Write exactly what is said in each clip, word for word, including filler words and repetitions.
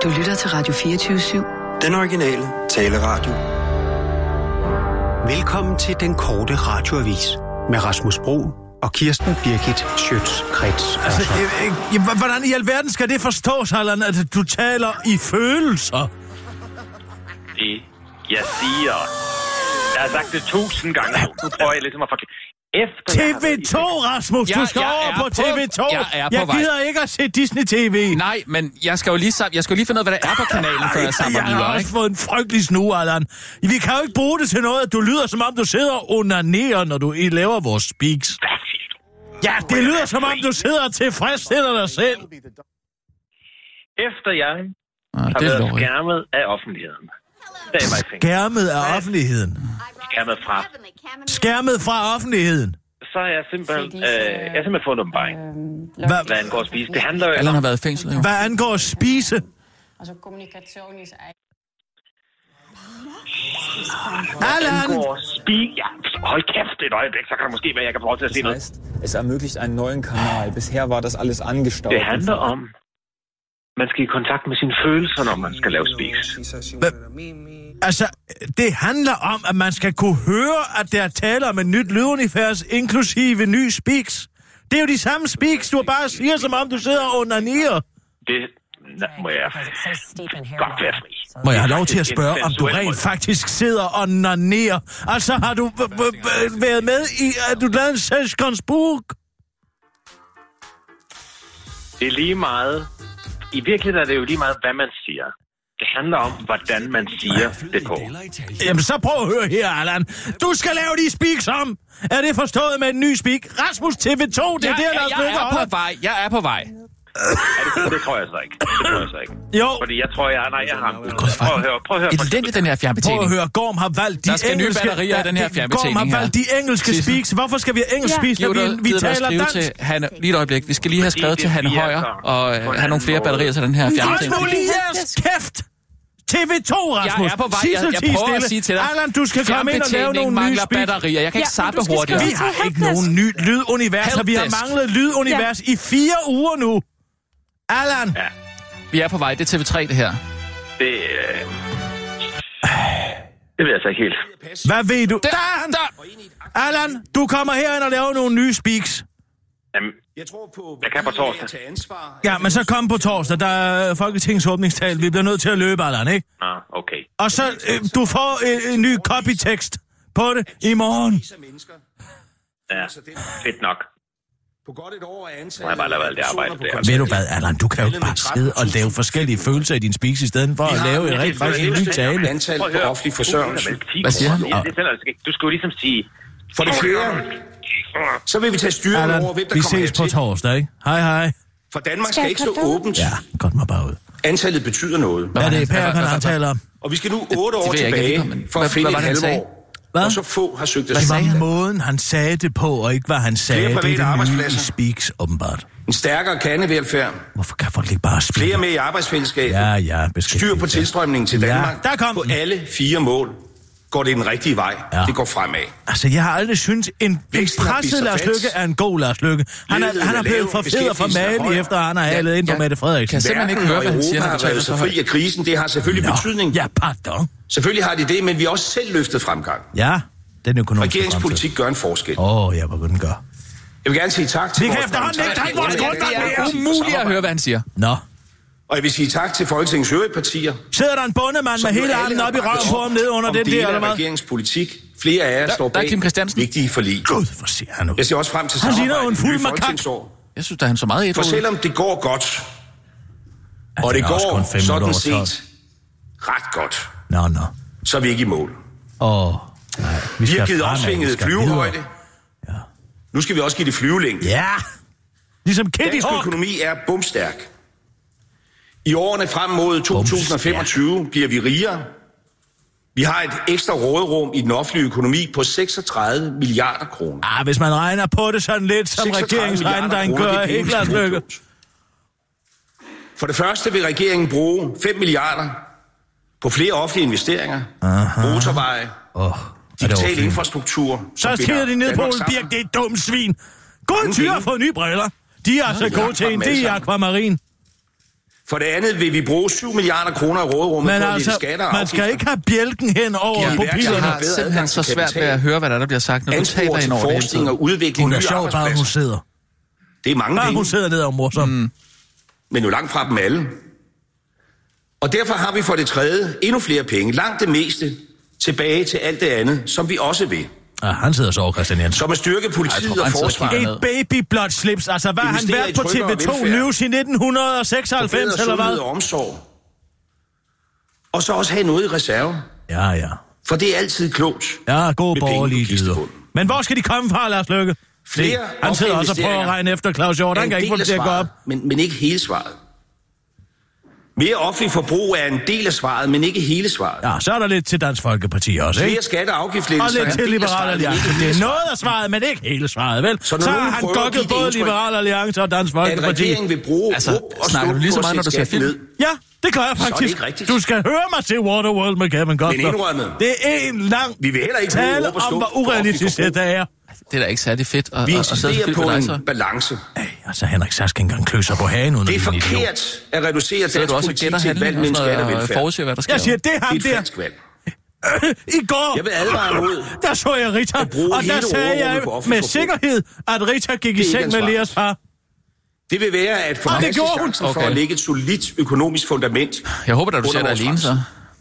Du lytter til Radio fireogtyve syv. Den originale taleradio. Velkommen til den korte radioavis med Rasmus Bro og Kirsten Birgit Schøtz-Krets. Altså, øh, øh, hvordan i alverden skal det forstås, Allan, at du taler i følelser? Det, jeg siger... Jeg har sagt det tusind gange nu. Nu prøver jeg ligesom at forklare. Efter T V to, Rasmus! Du skal over på T V to! Jeg er på Jeg vej. gider ikke at se Disney T V! Nej, men jeg skal jo lige, sam- jeg skal jo lige finde ud af, hvad der er på kanalen, før jeg samler Jeg har videre, også ikke? fået en frygtelig snue, Allan. Vi kan jo ikke bruge det til noget, at du lyder, som om du sidder og onanerer, når du laver vores speaks. Hvad siger du? Ja, det lyder, som om du sidder og tilfredsstiller dig selv. Efter jeg Ah, har det er været lovligt. skærmet af offentligheden. Da jeg var i fængsel. Skærmet af offentligheden. Skærmet fra. Skærmet fra offentligheden. Så har jeg simpelthen, øh, jeg har simpelthen fundet åbenbaring. Hvad, Hvad angår at spise. Det handler jo Allan om... har været i fængsel, jo. hvad angår at spise? Altså kommunikation is Allan! Angår at spise... Ja, hold kæft et øjeblik, så kan der måske være, jeg kan få lov til at se noget. Es ermöglicht einen neuen Kanal. Bisher war das alles angestaut. Det handler om... Man skal i kontakt med sine følelser, når man skal lave speaks. Altså, det handler om, at man skal kunne høre, at der er tale om et nyt lydunivers, inklusive ny speaks. Det er jo de samme speaks, du bare siger, som om du sidder og onanerer. Det nej, må jeg godt være fri. Må jeg have lov til at spørge, om du rent faktisk sidder og onanerer? Altså, har du v- v- v- været med i, at du lavede en Sesgonsburg? Det er lige meget... I virkeligheden er det jo lige meget, hvad man siger. Det handler om, hvordan man siger det på. Jamen, så prøv at høre her, Allan. Du skal lave de speaks om. Er det forstået med en ny speak? Rasmus T V to, det er Jeg, der, der jeg, jeg er på vej, jeg er på vej. Ja, det, det tror jeg så ikke. Det tror jeg så ikke. Jo. Fordi jeg tror, jeg... Nej, jeg har... Prøv at høre, prøv at høre. Elendigt, den her Prøv fjernbetjening. at høre, Gorm har valgt de Der skal nye engelske... batterier i den her fjernbetjening Gorm har valgt de engelske Sisse. speaks. Hvorfor skal vi have engelsk speaks, når Giv vi, dig vi tid at taler skrive dansk? til Hanne. Lige et øjeblik. Vi skal lige have skrevet til Hanne Højer og øh, have nogle flere batterier til den her Hold fjernbetjening. nu lige jeres kæft! T V to, Rasmus. Jeg er på vej. Sissel, Jeg, jeg tig prøver at stille. sige til dig. Allan, du skal komme ind og lave nogle nye mangler speaks. batterier. Jeg kan ikke Ja, zappe du skal hurtigere. skrive Vi har ikke nogen ny lydunivers, og vi har Helpdesk. manglet lydunivers i fire uger nu. Allan, Ja, Vi er på vej. Det er T V tre, det her. det... Øh... Det ved jeg så ikke helt. hvad ved du? Der, Der er han! der. Allan, du kommer herind og laver nogle nye speaks. Jamen, Jeg tror på, Jeg kan på torsdag. Tage ansvar. Ja, men så kom på torsdag, der er Folketingets åbningstal. Vi bliver nødt til at løbe, Allan, ikke? nå, okay. Og så, øh, du får øh, en ny copytekst på det i morgen. Ja, fedt nok. På godt et år er ansat. Må jeg bare lade alt det arbejde der. Ved du hvad, Allan, du kan jo bare sidde og lave forskellige følelser i din speaks, i stedet for at lave en rent faktisk en ny tale. Antal Prøv at på høre. offentlig forsørgelse. Hvad siger han? Det- det tæller altså ikke. Du skulle jo ligesom sige... For det fjerde, så vil vi tage styringen Allan, over, hvem der vi kommer ses på hertil. torsdag, ikke? Hej, hej. For Danmark skal ikke stå åbent. Ja, godt mig bare ud. Antallet betyder noget. Hvad er det, Hvad- Per, hvad- han hvad- taler om? Og vi skal nu otte år ved jeg ikke, jeg ved tilbage ikke, men for hvad- at finde hvad var et det, han sagde? halvår. Hvad? Og så få har søgt Det asyl. var måden, han sagde det på, og ikke hvad han sagde. Flere Det er private det nye i arbejdspladser. speaks, åbenbart. En stærkere kernevelfærd. Hvorfor kan folk ikke bare spille? Flere med i arbejdsfællesskabet. Ja, ja, Styr på tilstrømningen til Ja, Danmark. der kom På den. alle fire mål går det den rigtige vej. Ja. Det går fremad. Altså, jeg har aldrig syntes, en, en Væksten har presset bidt sig Lars fast. Lykke er en god Lars Lykke. Han er, Ledigheden han er er blevet lav, for fed og for beskæftigelsen er malig, høj. efter han har halet ind på jeg- Mette Frederiksen. Kan simpelthen ikke høre, hvad han siger, når Europa du har taler været så så højt. fri af krisen. Det har selvfølgelig Nå, betydning. ja, pardon. Selvfølgelig har de det, men vi har også selv løftet fremgang. Ja, den økonomiske Regeringens fremtid. politik gør en forskel. Åh, oh, ja, hvad den gør. Jeg vil gerne sige tak til Vi kan vores efterhånden ikke trække vores parlamentariske grundlag Det mere. er umuligt at høre, hvad han siger. Nå, Og jeg vil sige tak til Folketingets øvrige partier. sidder der en bondemand med som jo hele alle armen har op i bakket røven på ham ned under om den dele der, eller af hvad? regeringens politik. Flere af jer Der- står der er bag Kim Christiansen. vigtige forlig. Gud, hvor ser han ud. Jeg ser også frem til Han ligner jo samarbejdet en i det fuld nye makak. folketingsår. Jeg synes, der er han så meget For ædru. selvom det går godt, Ja, og den det er også kun går fem minutter sådan over set ret godt, Nå, nå. så er vi ikke i mål. Åh, nej. Vi skal har givet fremad, vi opsvinget skal flyvehøjde. videre. Ja. Nu skal vi også give det flyvelængde. Ja, ligesom Kitty Dansk Hawk. økonomi er bumstærk. I årene frem mod to tusind og femogtyve bliver vi rigere. Vi har et ekstra råderum i den offentlige økonomi på seksogtredive milliarder kroner. Ah, hvis man regner på det sådan lidt, som seksogtredive regeringsregn, der milliarder kroner, gør det er penge, ikke vi Lars skal bruge Løkke. klogt. For det første vil regeringen bruge fem milliarder på flere offentlige investeringer, Aha. motorveje, Åh, digital infrastruktur. så stiger de ned på Ole Birk, det er et dumt svin. Gode Mange tyre har penge. fået nye briller. De er så Ja, gode til en, dem det alle er sammen. akvamarin. For det andet vil vi bruge syv milliarder kroner i råderummet Men på altså, at skatter og man skal ikke have bjælken hen over Ja, pupillerne. Jeg har simpelthen så svært ved at høre, hvad der, der bliver sagt, når du taler ind over det hele tiden. Og udvikling Hun er nye sjov, bare hun sidder. Det er mange Bare penge. hun sidder ned og morsom. Mm. Men jo langt fra dem alle. Og derfor har vi for det tredje endnu flere penge, langt det meste, tilbage til alt det andet, som vi også vil. Ja, han sidder så over, Christian Jensen. Som at styrke politiet Ej, tror, og forsvaret. Et babyblåt slips. Altså, hvad har han været på T V to News i nitten seksoghalvfems, eller hvad? Og omsorg. Og så også have noget i reserve. Ja, ja. For det er altid klogt. Ja, god borgerlige lyder. lyder. Men hvor skal de komme fra, Lars Løkke? Flere han sidder også og prøver at regne efter Claus Hjort. Han kan ikke få det til at gå op. Men, men ikke hele svaret. Mere offentlig forbrug er en del af svaret, men ikke hele svaret. Ja, så er der lidt til Dansk Folkeparti også, ikke? Flere skatte- og afgiftslettelser og lidt til Liberal Alliance. Det er noget af svaret, men ikke hele svaret, vel? Så, så har han gokket både Liberal Alliance og Dansk Folkeparti. At regeringen vil bruge altså, og snakker du lige så meget, når du ser film? Ja, det gør jeg faktisk. Du skal høre mig til Waterworld med Kevin Costner. Det er en lang vi vil heller ikke tale om, hvor urealistisk det er. Det er da ikke særlig fedt at, vi at, at sidde på en en balance. Ej, altså Henrik Sass kan engang klø sig på hagen under det er forkert at reducere dansk politik til et valg med en skattevelfærd. Hvad der sker. Jeg siger, det er ham det er et der. falsk valg. I går, jeg vil advare mod, der så jeg Rita, og der sagde jeg med sikkerhed, at Rita gik i seng med Leas far. Det vil være at forpasse chancen okay. for at lægge et solidt økonomisk fundament. Jeg håber, at du ser dig alene så.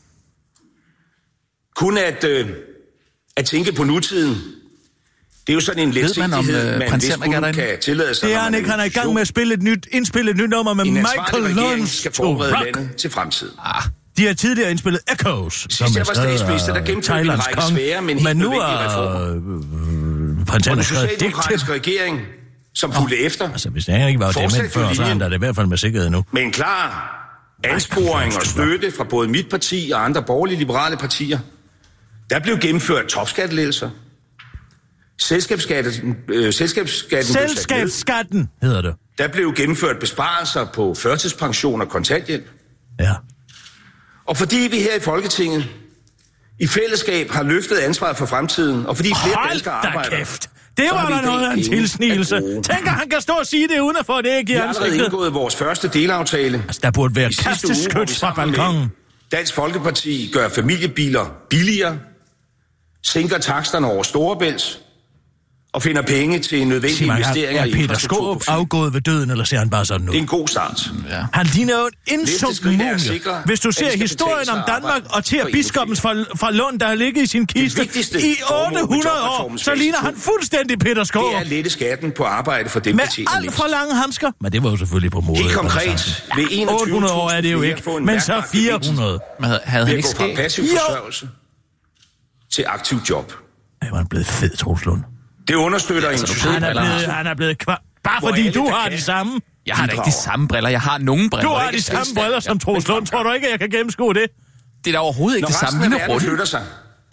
Kun at, øh, at tænke på nutiden. Det er jo sådan en letsigtighed, man, man hvis kun kan tillade sig. Det er han ikke. Han er i gang med at spille et nyt, indspille et nyt nummer med Michael Lunds skal forberede landet til fremtiden. Ah. De har tidligere indspillet Echoes, som er statsminister, der gennemførte en række svære, men helt nødvendige reformer. Prins Henrik skrev digt til regering, som fulgte oh, efter. Altså, hvis han ikke var dement før, så er han da det i hvert fald med sikkerhed nu. Med en klar ansporing og støtte fra både mit parti og andre borgerlige liberale partier, der blev gennemført topskattelettelser. Selskabsskatten, øh, selskabsskatten, Selskabsskatten hedder det. Der blev gennemført besparelser på førtidspension og kontanthjælp. Ja. Og fordi vi her i Folketinget i fællesskab har løftet ansvaret for fremtiden, og fordi flere Hold danskere arbejder... Kæft. Det var da noget af en tilsnigelse. Tænker, han kan stå og sige det, uden at få det ikke i ansigtet. Vi har allerede indgået vores første delaftale. Altså, der burde være kasteskyts fra balkongen. Dansk Folkeparti gør familiebiler billigere, sænker taksterne over Storebælt, og finder penge til nødvendige Sig investeringer i infrastruktur. Er Peter Skaarup afgået ved døden, eller ser han bare sådan ud? Det er en god start. Ja. Han ligner jo en indsunk mumie. Hvis du ser historien om Danmark og til biskoppens fra, fra Lund, der har ligget i sin kiste i otte hundrede år, så ligner han fuldstændig Peter Skaarup. Det er at lette skatten på arbejde for dem, med der tjener alt for lange handsker. Men det var jo selvfølgelig på mode. Helt konkret, ved otte hundrede år er det jo ikke, men så fire hundrede. Men havde han ikke skæg? Ved at gå fra passiv forsørgelse til aktiv job. Det var han blevet fed, Troels Lund. Det understøtter en altså, han er blevet, han er blevet kvar... Bare fordi du har de samme. Jeg har da ikke de samme briller. Jeg har nogen briller. Du har de samme briller som Troels Lund. Tror du ikke, at jeg kan gennemskue det? Det er da overhovedet ikke det samme. Når resten af verden flytter sig,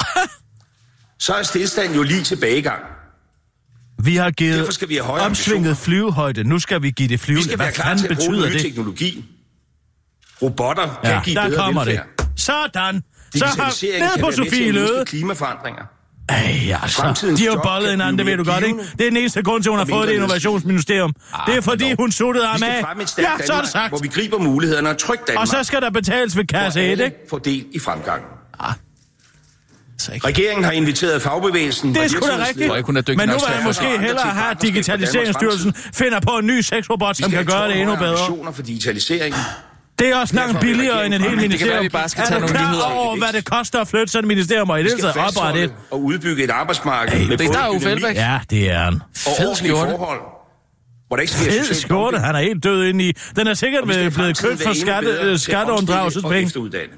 så er stilstand jo lige tilbagegang. Vi har givet vi opsvinget flyvehøjde. Nu skal vi give det flyvende. Vi skal være klar til at bruge ny teknologi. Robotter ja, kan give der bedre kommer velfærd. Det. Sådan. Så har ned på Sofie Løde. Klimaforandringer. Ej, altså, de har jo bollet hinanden, det ved du godt, ikke? Det er den eneste grund til, hun har fået det innovationsministerium. Ah, det er fordi, hun suttede ham af. Ja, så er det sagt. Hvor vi griber mulighederne og trykker Danmark. Og så skal der betales ved kasse et, ikke? Få del i fremgangen. Ah. Regeringen har inviteret fagbevægelsen. Det er sgu da rigtigt. Men nu vil jeg måske hellere have, at Digitaliseringsstyrelsen finder på en ny sexrobot, som kan gøre det endnu bedre. For digitaliseringen. Det er også langt billigere end et helt ministerium. Det kan være, vi bare skal tage nogle nyheder Og udbygge et arbejdsmarked med både dynamik. Ja, det er han. Fed skjorte. Fed skjorte. Han er helt død ind i. Den er sikkert blevet købt for skatte, skatteunddragelsespenge.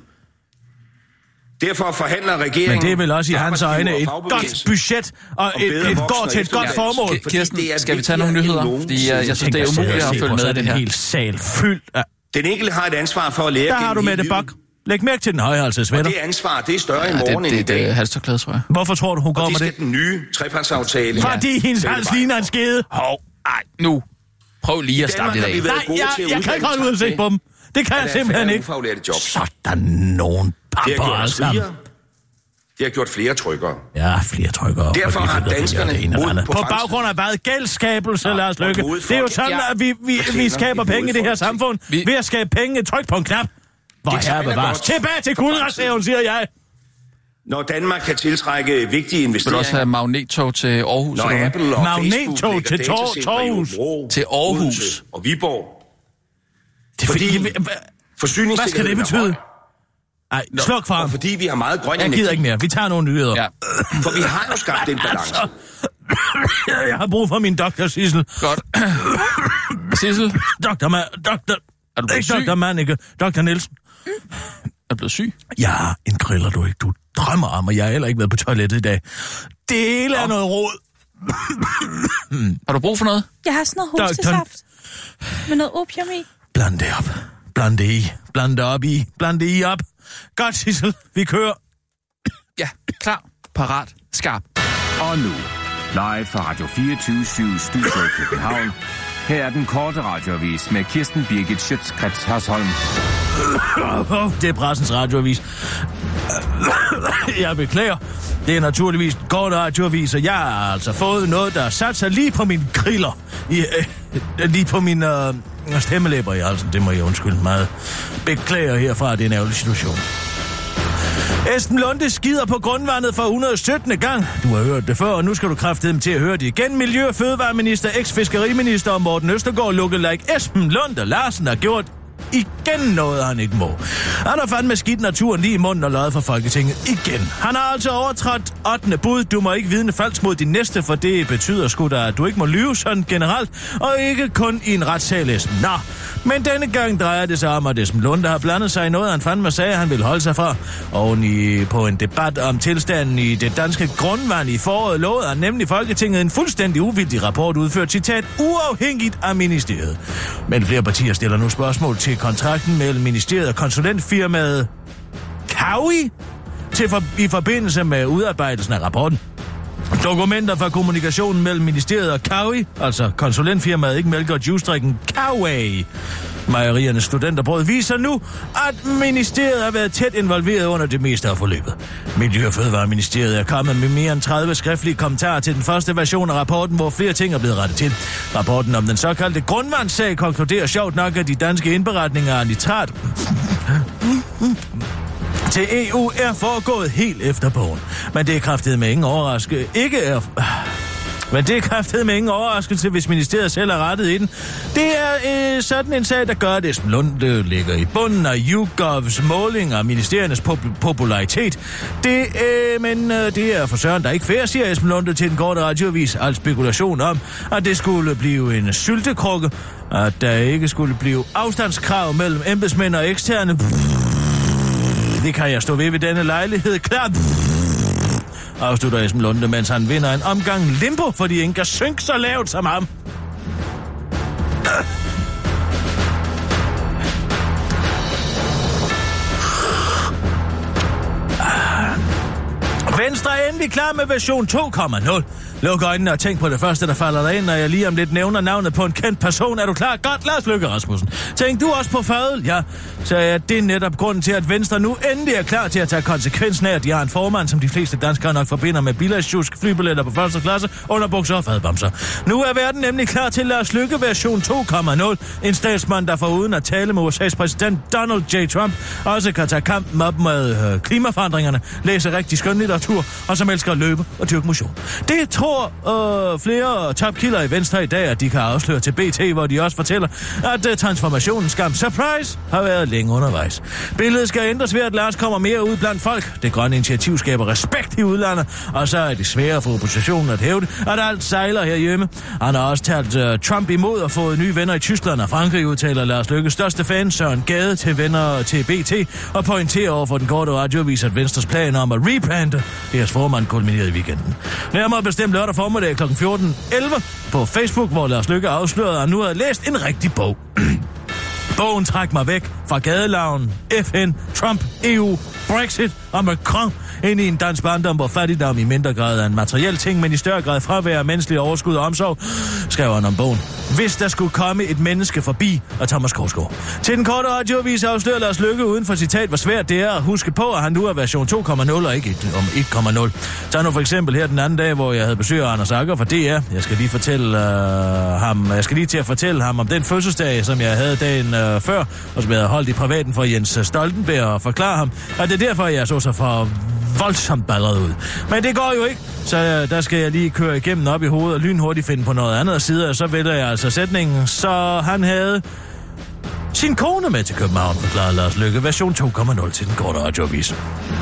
Derfor forhandler regeringen... Men det er vel også i hans øjne et godt budget og et, et går til et godt formål. Kirsten, skal vi tage nogle nyheder? Fordi jeg, jeg synes, det er umuligt at følge med i det her. En hel sal fyldt af... Den enkelte har et ansvar for at lære... Der har du Mette Bock. Læg mærke til den højhalsede. Og det ansvar, det er større ja, i morgen det, end i dag. Det er halstørklæde, tror jeg. Hvorfor tror du, hun går med det? Og det skal den nye trepartsaftale... Fordi ja. hendes hals ligner en skede. Hov, ej, nu. Prøv lige at starte det af. Nej, jeg, jeg kan ikke holde ud og se på dem. Det kan jeg simpelthen ikke. Sådan nogen pamper, altså. Det har gjort flere trykkere. Ja, flere trykkere. Derfor har danskerne mod på På baggrund af hvad? Gældskabelse, ja, Lars Løkke. Det er jo sådan, ja, at vi, vi, vi skaber penge i det her samfund. Vi... Ved at skabe penge, tryk på en knap. Hvor herre bevares. Tilbage til guldreserven, siger jeg. Når Danmark kan tiltrække vigtige investeringer... Vil du også have magnettog til Aarhus? Når Apple og magnettog til Aarhus. Til Aarhus. Og Viborg. Det er fordi... fordi hvad skal det betyde? Ej, sluk for ham. Fordi vi har meget grøn energi. Jeg gider ikke mere. Vi tager nogle nyheder. Ja. For vi har jo skabt en balance. Jeg har brug for min doktor, Sissel. Godt. Sissel? Doktor Ma... Doktor... Er du blevet syg? Doktor Mannicke. Doktor Nielsen. Mm. Er du blevet syg? Ja, en griller du ikke. Du drømmer om, og jeg har heller ikke været på toilettet i dag. Det hele er noget råd. Har du brug for noget? Jeg har sådan noget hostesaft. Med noget opium i. Bland det op. Bland det i. Bland det op i. Bland det i op. Godt, Sissel. Vi kører. Ja, klar. Parat. Skarp. Og nu, live fra Radio fireogtyve syv Studio i København. Her er den korte radioavis med Kirsten Birgit Schøtz-Krets Hasholm. Det er pressens radioavis. Jeg beklager. Det er naturligvis en kort radioavis, og jeg har altså fået noget, der har sat sig lige på min griller. I, øh, lige på min øh, stemmelæber i halsen. Det må jeg undskylde meget. Beklager herfra, det er en ærgerlig situation. Esben Lunde skider på grundvandet for et hundrede og syttende gang. Du har hørt det før, og nu skal du kraftedeme dem til at høre det igen. Miljø- og fødevareminister, eks-fiskeriminister og Morten Østergaard lookalike Esben Lunde Larsen har gjort igen noget, han ikke må. Han har fandme skidt naturen lige i munden og løjet for Folketinget igen. Han har altså overtrådt ottende bud. Du må ikke vidne falsk mod din næste, for det betyder sgu da, at du ikke må lyve sådan generelt, og ikke kun i en retssal, Esben. Nå, men denne gang drejer det sig om, at Esben Lunde har blandet sig i noget, han fandme sagde, han ville holde sig fra. Oven i på en debat om tilstanden i det danske grundvand i foråret lovede han nemlig Folketinget en fuldstændig uvildig rapport udført, citat, uafhængigt af ministeriet. Men flere partier stiller nu spørgsmål til kontrakten mellem ministeriet og konsulentfirmaet Kawi til for, i forbindelse med udarbejdelsen af rapporten. Dokumenter fra kommunikationen mellem ministeriet og Kawi, altså konsulentfirmaet, ikke mælker og juicedrikken Kawi, mejeriernes studenterbrød, viser nu, at ministeriet har været tæt involveret under det meste af forløbet. Miljø- og Fødevareministeriet er kommet med mere end tredive skriftlige kommentarer til den første version af rapporten, hvor flere ting er blevet rettet til. Rapporten om den såkaldte grundvandssag konkluderer sjovt nok, at de danske indberetninger af nitrat til E U er foregået helt efter bogen. Men det er kraftigt med ingen overraskelse. Ikke er... Men det er kraftigt med ingen overraskelse, hvis ministeriet selv har rettet i den. Det er øh, sådan en sag, der gør, at Esben Lunde ligger i bunden af YouGovs måling af ministeriernes pop- popularitet. Det, øh, men øh, det er for søren, der ikke fair, siger Esben Lunde til den korte radioavis. Al spekulation om, at det skulle blive en syltekrukke, at der ikke skulle blive afstandskrav mellem embedsmænd og eksterne. Det kan jeg stå ved ved denne lejlighed. Klart afslutter Esben Lunde, mens han vinder en omgang limbo, fordi ingen kan synke så lavt som ham. Venstre er endelig klar med version to komma nul. Luk øjnene og tænk på det første, der falder dig ind, når jeg lige om lidt nævner navnet på en kendt person. Er du klar? Godt, Lars Løkke Rasmussen. Tænk du også på fadel? Ja, så er det netop grunden til, at Venstre nu endelig er klar til at tage konsekvensen af, at de har en formand, som de fleste danskere nok forbinder med bilagsjusk, flybilletter på første klasse, underbukser og fadbamser. Nu er verden nemlig klar til Lars Løkke version to komma nul. En statsmand, der foruden at tale med U S A's præsident Donald J. Trump, også kan tage kampen op med øh, klimaforandringerne, læse rigtig skønlitteratur, og som elsker at løbe og dyrke motion. Det tror øh, flere topkilder i Venstre i dag, at de kan afsløre til B T, hvor de også fortæller, at uh, transformationen skam surprise har været længe undervejs. Billedet skal ændres ved, at Lars kommer mere ud blandt folk. Det grønne initiativ skaber respekt i udlandet, og så er det svære for oppositionen at hævde, at alt sejler herhjemme. Han har også talt uh, Trump imod og fået nye venner i Tyskland og Frankrig, udtaler Lars Løkkes største fan, Søren Gade, til venner til B T, og pointerer over for den korte radioavis, at Venstres planer om at rebrande deres formand kulminerede i weekenden. Nærmere bestemt lørdag formiddag kl. fjorten elleve på Facebook, hvor Lars Løkke afslørede, at han nu havde læst en rigtig bog. Bogen træk mig væk fra gadelavnen, F N, Trump, E U, Brexit og Macron ind i en dansk barndom, hvor fattigdom i mindre grad er en materiel ting, men i større grad fravær af menneskelig overskud og omsorg, skrev han om bogen. hvis der skulle komme et menneske forbi, og Thomas Korsgaard. Til den korte radioavis afslører Lars Løkke uden for citat, hvor svært det er at huske på, at han nu er version to komma nul og ikke om et komma nul. Tag nu for eksempel her den anden dag, hvor jeg havde besøg af Anders Agger fra D R. Jeg skal lige fortælle uh, ham, jeg skal lige til at fortælle ham om den fødselsdag, som jeg havde dagen uh, før, og som jeg havde holdt i privaten for Jens Stoltenberg, og forklare ham, at det er derfor, jeg så så for voldsomt balleret ud. Men det går jo ikke, så der skal jeg lige køre igennem op i hovedet og lynhurtigt finde på noget andet side, og så vælger jeg altså sætningen, så han havde sin kone med til København, forklarede Lars Løkke, version to komma nul til den korte radioavis.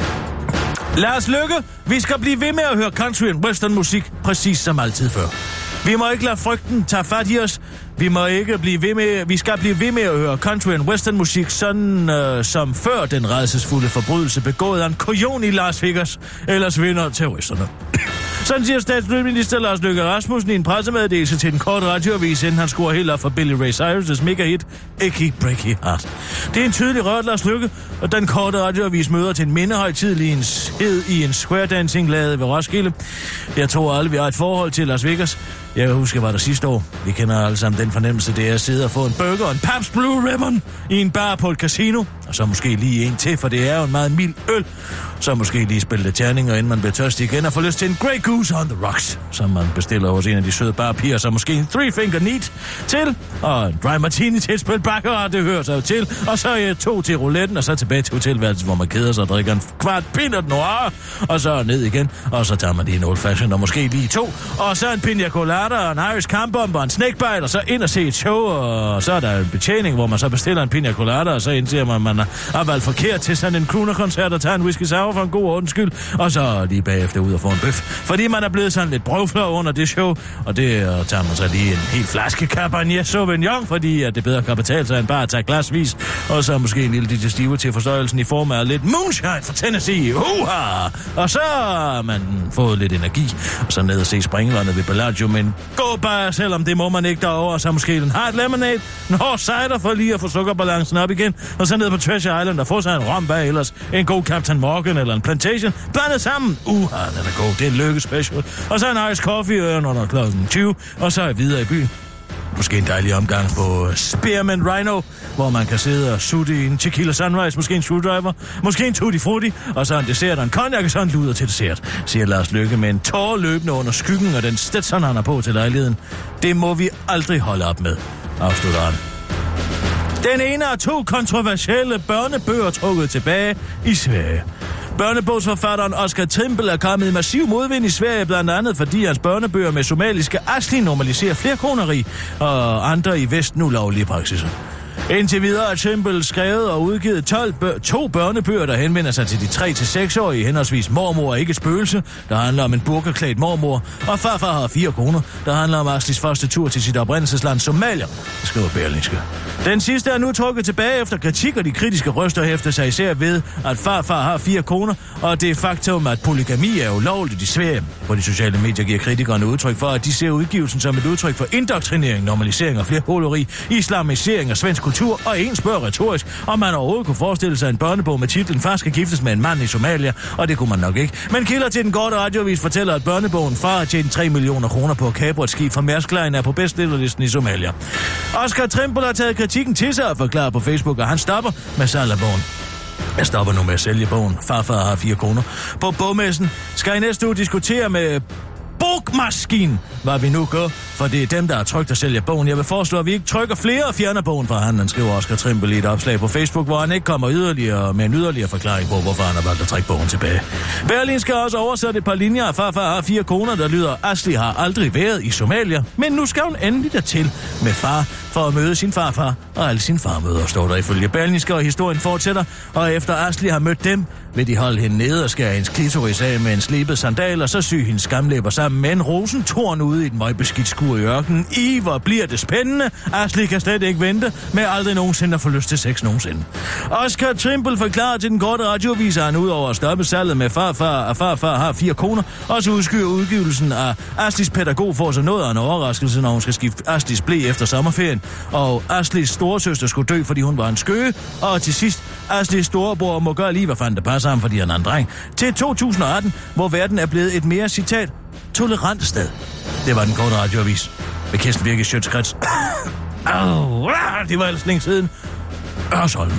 Lars Løkke, vi skal blive ved med at høre country and western musik, præcis som altid før. Vi må ikke lade frygten tage fat i os. Vi må ikke blive ved med, vi skal blive ved med at høre country and western musik, sådan øh, som før den rædselsfulde forbrydelse begået af en kujon i Las Vegas, ellers vinder terroristerne. Sådan siger statsminister Lars Løkke Rasmussen i en pressemeddelelse til den korte radioavis, inden han scorer helt op for Billy Ray Cyrus' mega-hit, Icky Breaky Heart. Det er en tydelig rørt Lars Løkke, og den korte radioavis møder til en mindehøjtidlig hed i en square dancing lavet ved Roskilde. Jeg tror alle, vi har et forhold til Las Vegas. Jeg kan huske, var der sidste år. Vi kender alle sammen den fornemmelse, det er at sidde og få en burger og en Pabst Blue Ribbon i en bar på et casino. Og så måske lige en til, for det er jo en meget mild øl. Så måske lige spille lidt terninger, inden man bliver tørstig igen og får lyst til en Grey Goose on the Rocks, som man bestiller hos en af de søde barpiger, så måske en Three Finger Neat til, og en Dry Martini til et spil bakker, det hører sig jo til, og så er to til rouletten, og så tilbage til hotelværelset, hvor man keder sig og drikker en kvart Pinot Noir, og så ned igen, og så tager man lige en Old Fashion, og måske lige to, og så en Pina Colada, og en Irish Cambomb, og en Snakebite, og så ind og se et show, og så er der en betjening, hvor man så bestiller en Pina Colada, og så indser man, at man har valgt forkert til sådan en crooner-koncert, og tager en whisky sour for en god ordens skyld, og så lige bagefter ud og få en bøf. Fordi man er blevet sådan lidt brøvflør under det show, og det og tager man så lige en helt flaske Cabernet Sauvignon, fordi at det bedre kan betale sig end bare at tage glasvis, og så måske en lille digestive til forstørrelsen i form af lidt moonshine fra Tennessee. Uha! Og så har man fået lidt energi, og så ned og se springvandet ved Bellagio, men gå bare, selvom det må man ikke derovre, og så måske en hard lemonade, en hård cider for lige at få sukkerbalancen op igen, og så ned på Treasure Island og få sig en rom bag, ellers en god Captain Morgan eller en Plantation, blandet sammen. Uha, den er god. Det er en lykke special. Og så en Irish Coffee under klokken tyve, og så er jeg videre i byen. Måske en dejlig omgang på Spearmint Rhino, hvor man kan sidde og sutte i en Tequila Sunrise, måske en screwdriver, måske en Tutti Frutti, og så en dessert og en cognac, og så en luder til dessert, siger Lars Løkke med en tårer løbende under skyggen og den Stetson, han har på til lejligheden. Det må vi aldrig holde op med, afslutter han. Den ene af to kontroversielle børnebøger trukket tilbage i Sverige. Børnebogsforfatteren Oscar Trimpel er kommet i massiv modvind i Sverige, blandt andet fordi hans børnebøger med somaliske asli normaliserer flerkoneri og andre i Vesten ulovlige praksiser. Indtil videre er Trimpel skrevet og udgivet tolv bø- to børnebøger, der henvender sig til de tre til seks årige, henholdsvis Mormor er ikke et spøgelse, der handler om en burkaklædt mormor, og Farfar har fire koner, der handler om Aslis første tur til sit oprindelsesland Somalia, skriver Berlingske. Den sidste er nu trukket tilbage efter kritik, og de kritiske røster hæfter sig især ved, at Farfar har fire koner, og det faktum, at polygami er ulovligt i Sverige. På de sociale medier giver kritikerne udtryk for, at de ser udgivelsen som et udtryk for indoktrinering, normalisering og flerpoleri, islamisering og svensk kultur, og en spørger retorisk, om man overhovedet kunne forestille sig en børnebog med titlen Far skal giftes med en mand i Somalia, og det kunne man nok ikke. Men kilder til den korte radioavis fortæller, at børnebogen Far har tjent tre millioner kroner på at kapre et skib fra Maersk Line er på bestsellerlisten i Somalia. Oscar Trimpel har taget kritikken til sig og forklarer på Facebook, at han stopper med salg af bogen. Jeg stopper nu med at sælge bogen. Farfar har fire koner. På bogmessen skal I næste uge diskutere med Bogmaskinen, hvad vi nu gør, for det er dem, der har trykt og sælger bogen. Jeg vil foreslå, at vi ikke trykker flere og fjerner bogen fra handlen, skriver Oscar Trimpel i et opslag på Facebook, hvor han ikke kommer yderligere med en yderligere forklaring på, hvorfor han har valgt at trække bogen tilbage. Berlin skal også oversætte et par linjer af Farfar har fire koner, der lyder: Asli har aldrig været i Somalia, men nu skal hun endelig dertil med far for at møde sin farfar og alle sine farmøder, står der ifølge Berlingske, og historien fortsætter, og efter Asli har mødt dem, vil de holde hende nede og skære hendes klitoris af med en slibet sandal, og så sy hendes skamlæber sammen med en rosentorn ude i den møgbeskidt skur i ørkenen. I, hvor bliver det spændende. Asli kan slet ikke vente med aldrig nogensinde at få lyst til sex nogensinde. Oscar Trimpel forklarer til den korte radioavis, at han udover at stoppe salget med farfar, og farfar har fire koner, også udskyder udgivelsen af Aslis pædagog får så noget af en overraskelse, når hun skal skifte Aslis ble efter sommerferien, og Aslis storesøster skulle dø, fordi hun var en skøge, og til sidst Aslis storebror må gøre lige, hvad fanden det passer ham, fordi han er en dreng, til to tusind og atten, hvor verden er blevet et mere, citat, tolerant sted. Det var den korte radioavis. Med Kirsten Birgit Schøtz-Krets. Au, det var ellers længe siden. Hørsholm.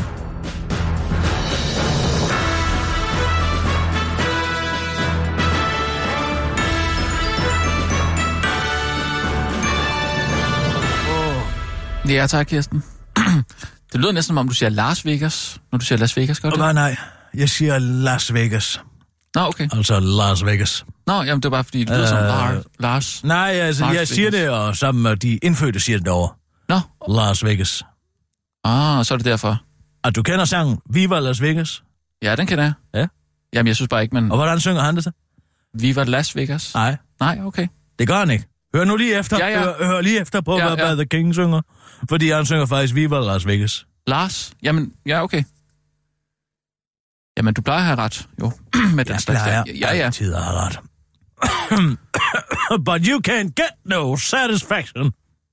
Ja, tak, Kirsten. Det lyder næsten som om, du siger Las Vegas, når du siger Las Vegas, gør det? Nej, nej. Jeg siger Las Vegas. Nå, okay. Altså Las Vegas. Nå, jamen det er bare fordi, det lyder uh, som Lars. Lars. Nej, altså, Lars jeg Vegas. siger det, og sammen med de indfødte siger det derovre. Nå. Las Vegas. Ah, så er det derfor. Og du kender sangen Viva Las Vegas? Ja, den kender jeg. Ja. Jamen, jeg synes bare ikke, man... Og hvordan synger han det så? Viva Las Vegas? Nej. Nej, okay. Det gør han ikke. Hør nu lige efter. Ja, ja. Hør, hør lige efter på, Ja, hvad, ja. hvad The King synger. Fordi han synger faktisk Viva Las Vegas. Lars? Jamen, ja, okay. Jamen, du plejer at have ret, jo. Med den Jeg slags. plejer Ja, ja. altid at have ret. But you can't get no satisfaction.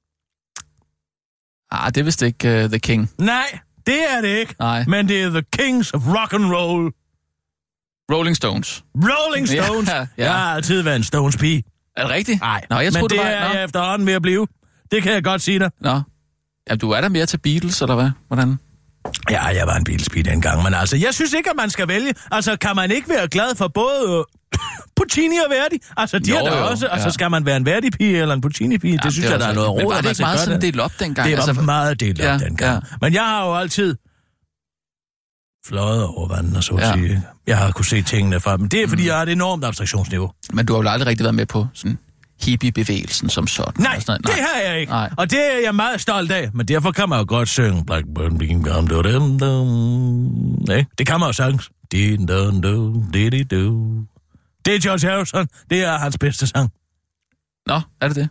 Ah, det er vist ikke uh, The King. Nej, det er det ikke. Nej. Men det er The Kings of rock and roll. Rolling Stones. Rolling Stones. Ja, Ja, ja. Jeg har altid været en Stones pige. Er det rigtigt? Nej, Nå, jeg men troede, det det var... er Nå. jeg efterhånden ved at blive. Det kan jeg godt sige dig. Nå. Jamen, du er der mere til Beatles, eller hvad? Hvordan? Ja, jeg var en Beatles-pige dengang, men altså, jeg synes ikke, at man skal vælge. Altså, kan man ikke være glad for både øh, Puccini og Verdi? Altså, de Jo, er der jo, også. Altså, ja. skal man være en Verdi-pige eller en Puccini-pige? Ja, det synes det jeg, der er noget Men råd, var at det man ikke skal meget gøre sådan det. delt op dengang? Det var altså, meget delt op ja, dengang. ja. Men jeg har jo altid fløjet over vandet, så at Ja. sige. Jeg har kunne se tingene fra dem. Det er, fordi Mm. jeg har et enormt abstraktionsniveau. Men du har jo aldrig rigtig været med på sådan hippie-bevægelsen som sådan. Nej, og sådan det noget. har jeg ikke. Nej. Og det er jeg meget stolt af. Men derfor kan man jo godt synge Blackburn Being Gum Do Dum Dum. Nej, det kan man jo sagtens. Din dun du, di di du. Det er George Harrison. Det er hans bedste sang. Nå, er det det?